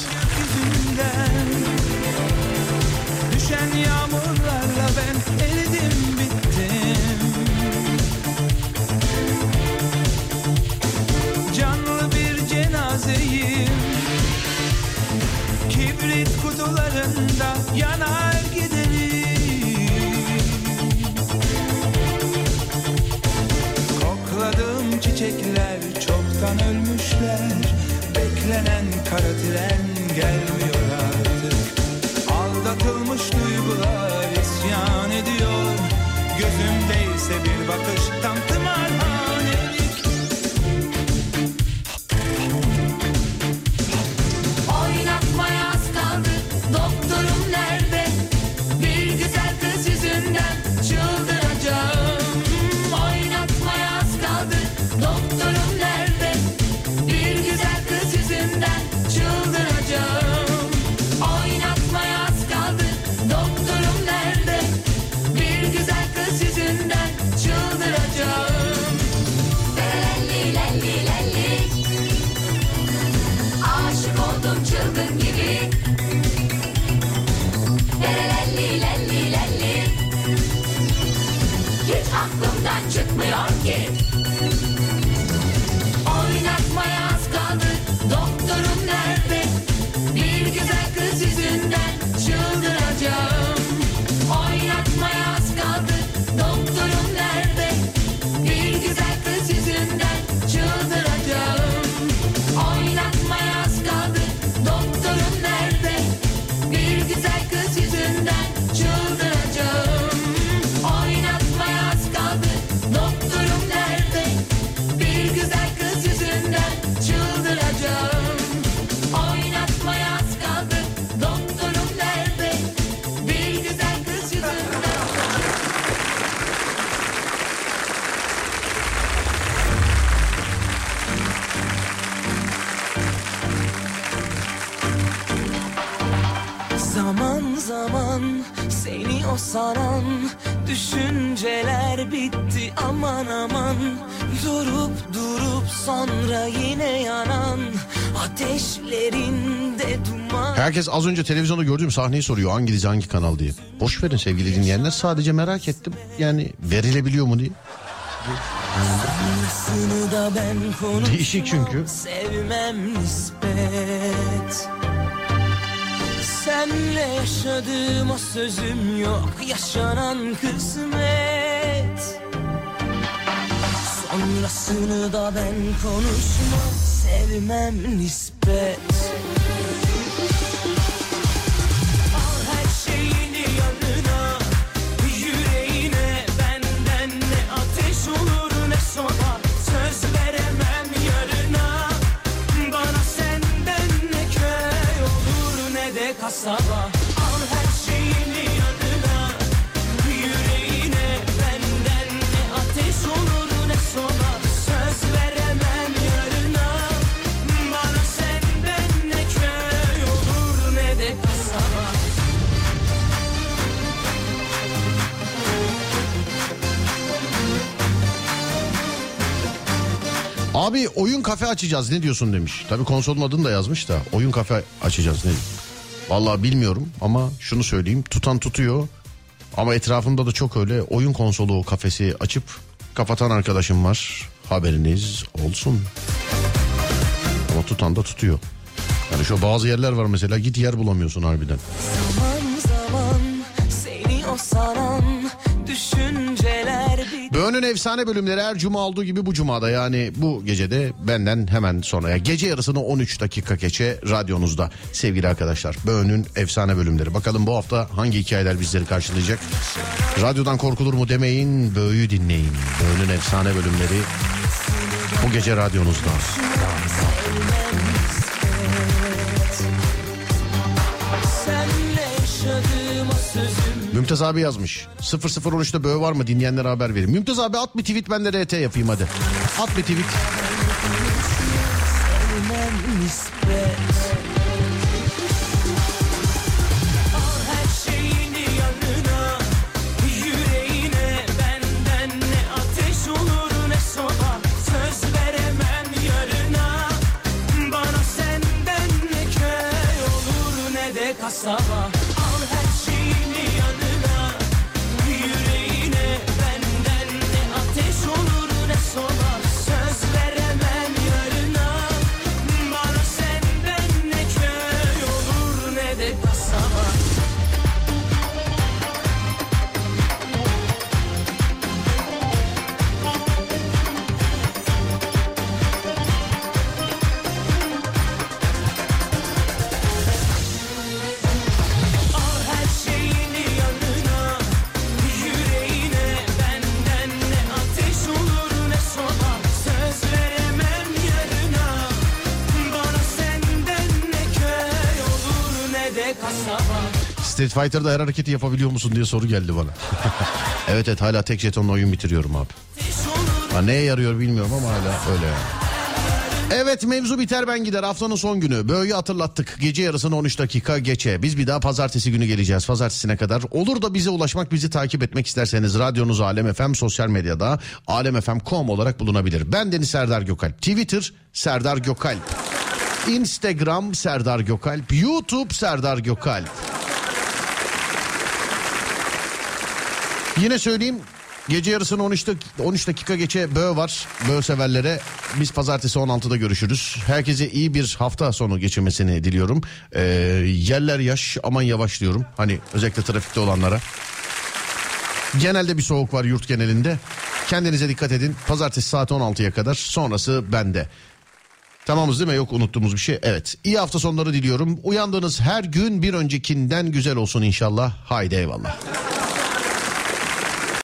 Düşen yağmurlarla ben eridim bittim. Canlı bir cenazeyim. Kibrit kutularında yanar giderim. Kokladığım çiçekler çok çoktan ölmüşler. Beklenen kara tren gelmiyor artık. Aldatılmış duygular isyan ediyor. Gözümdeyse bir bakış tam tımarhanelik. Oynatmaya az kaldı, doktorum nerede? Bir güzel kız yüzünden çıldıracağım. Oynatmaya az kaldı, doktorum nerede? Bir güzel kız yüzünden çıldıracağım. Oynatmaya az kaldı, doktorum nerede? Bir güzel kız yüzünden çıldıracağım. Lelli lelli lelli, aşık oldum çılgın gibi. Lelli lelli lelli, hiç aklımdan çıkmıyor ki. Oynatmaya az kaldı, doktorum nerede? Bir güzel kız yüzünden çıldıracağım. Oynatmaya az kaldı, doktorum nerede? Bir güzel kız yüzünden çıldıracağım. Oynatmaya az kaldı, doktorum nerede? Bir güzel kız yüzünden çıldıracağım. Oynatmaya az kaldı, doktorum nerede? Bir güzel kız yüzünden çıldıracağım. Oynatmaya az kaldı, doktorum nerede? Bir güzel kız yüzünden. Zaman zaman seni o saran düşünceler bitti aman aman. Durup durup sonra yine yanan ateşlerinde duman. Herkes az önce televizyonda gördüğüm sahneyi soruyor, hangi dizi hangi kanal diye. Boş verin sevgili dinleyenler, sadece merak ettim. Yani verilebiliyor mu diye. Sonrasını da ben konuşmam, Değişik çünkü. sevmem nispet. Senle yaşadığıma sözüm yok, yaşanan kısmet. Sonrasını da ben konuşmam, sevmem nispet. Al her şeyini yanına, yüreğine, benden ne ateş olur ne soba. Söz veremem yarına, bana senden ne köy olur ne de kasaba. Al her şeyini yanına, yüreğine, benden ne ateş olur ne soba. Söz veremem yarına, bana senden ne köy olur ne de kasaba. Abi oyun kafe açacağız, ne diyorsun demiş. Tabii konsolun adını da yazmış da oyun kafe açacağız ne? Vallahi bilmiyorum ama şunu söyleyeyim, tutan tutuyor. Ama etrafımda da çok öyle oyun konsolu kafesi açıp kapatan arkadaşım var. Haberiniz olsun. Ama tutan da tutuyor. Yani şu bazı yerler var mesela, git yer bulamıyorsun harbiden. Zaman zaman seni o saran düşünceler bir... Böğünün efsane bölümleri her cuma olduğu gibi bu cumada, yani bu gecede benden hemen sonra, ya gece yarısını on üç dakika geçe radyonuzda sevgili arkadaşlar. Böğünün efsane bölümleri. Bakalım bu hafta hangi hikayeler bizleri karşılayacak? Radyodan korkulur mu demeyin, Böğü dinleyin. Böğünün efsane bölümleri bu gece radyonuzda. Senle yaşadığıma sözüm. Mümtaz abi yazmış. sıfır sıfır on üçte Böğü var mı? Dinleyenlere haber verin. Mümtaz abi at bir tweet, ben de R T yapayım hadi. At bir tweet. Sevmem nispet. Al her şeyini yanına, yüreğine, benden ne ateş olur ne soba. Söz veremem yarına, bana senden ne köy olur ne de kasaba. Al her şeyini yanına, yüreğine, benden ne ateş olur ne soba. Söz veremem yarına, bana senden ne köy olur ne de kasaba. Street Fighter'da her hareketi yapabiliyor musun diye soru geldi bana. evet evet hala tek jetonla oyun bitiriyorum abi. Ha, neye yarıyor bilmiyorum ama hala öyle yani. Evet, mevzu biter ben gider, haftanın son günü. Böyle hatırlattık, gece yarısını on üç dakika geçe. Biz bir daha pazartesi günü geleceğiz, pazartesine kadar. Olur da bize ulaşmak, bizi takip etmek isterseniz radyonuz Alem F M, sosyal medyada alemfm nokta com olarak bulunabilir. Ben Deniz Serdar Gökalp. Twitter Serdar Gökalp, Instagram Serdar Gökalp, YouTube Serdar Gökalp. Yine söyleyeyim, gece yarısını on üç dakika geçe Bö var. Bö severlere biz pazartesi on altıda görüşürüz. Herkese iyi bir hafta sonu geçirmesini diliyorum. Ee, yerler yaş, aman yavaş diyorum. Hani özellikle trafikte olanlara. Genelde bir soğuk var yurt genelinde. Kendinize dikkat edin. Pazartesi saat on altıya kadar, sonrası bende. Tamamız değil mi? Yok unuttuğumuz bir şey. Evet. İyi hafta sonları diliyorum. Uyandığınız her gün bir öncekinden güzel olsun inşallah. Haydi eyvallah.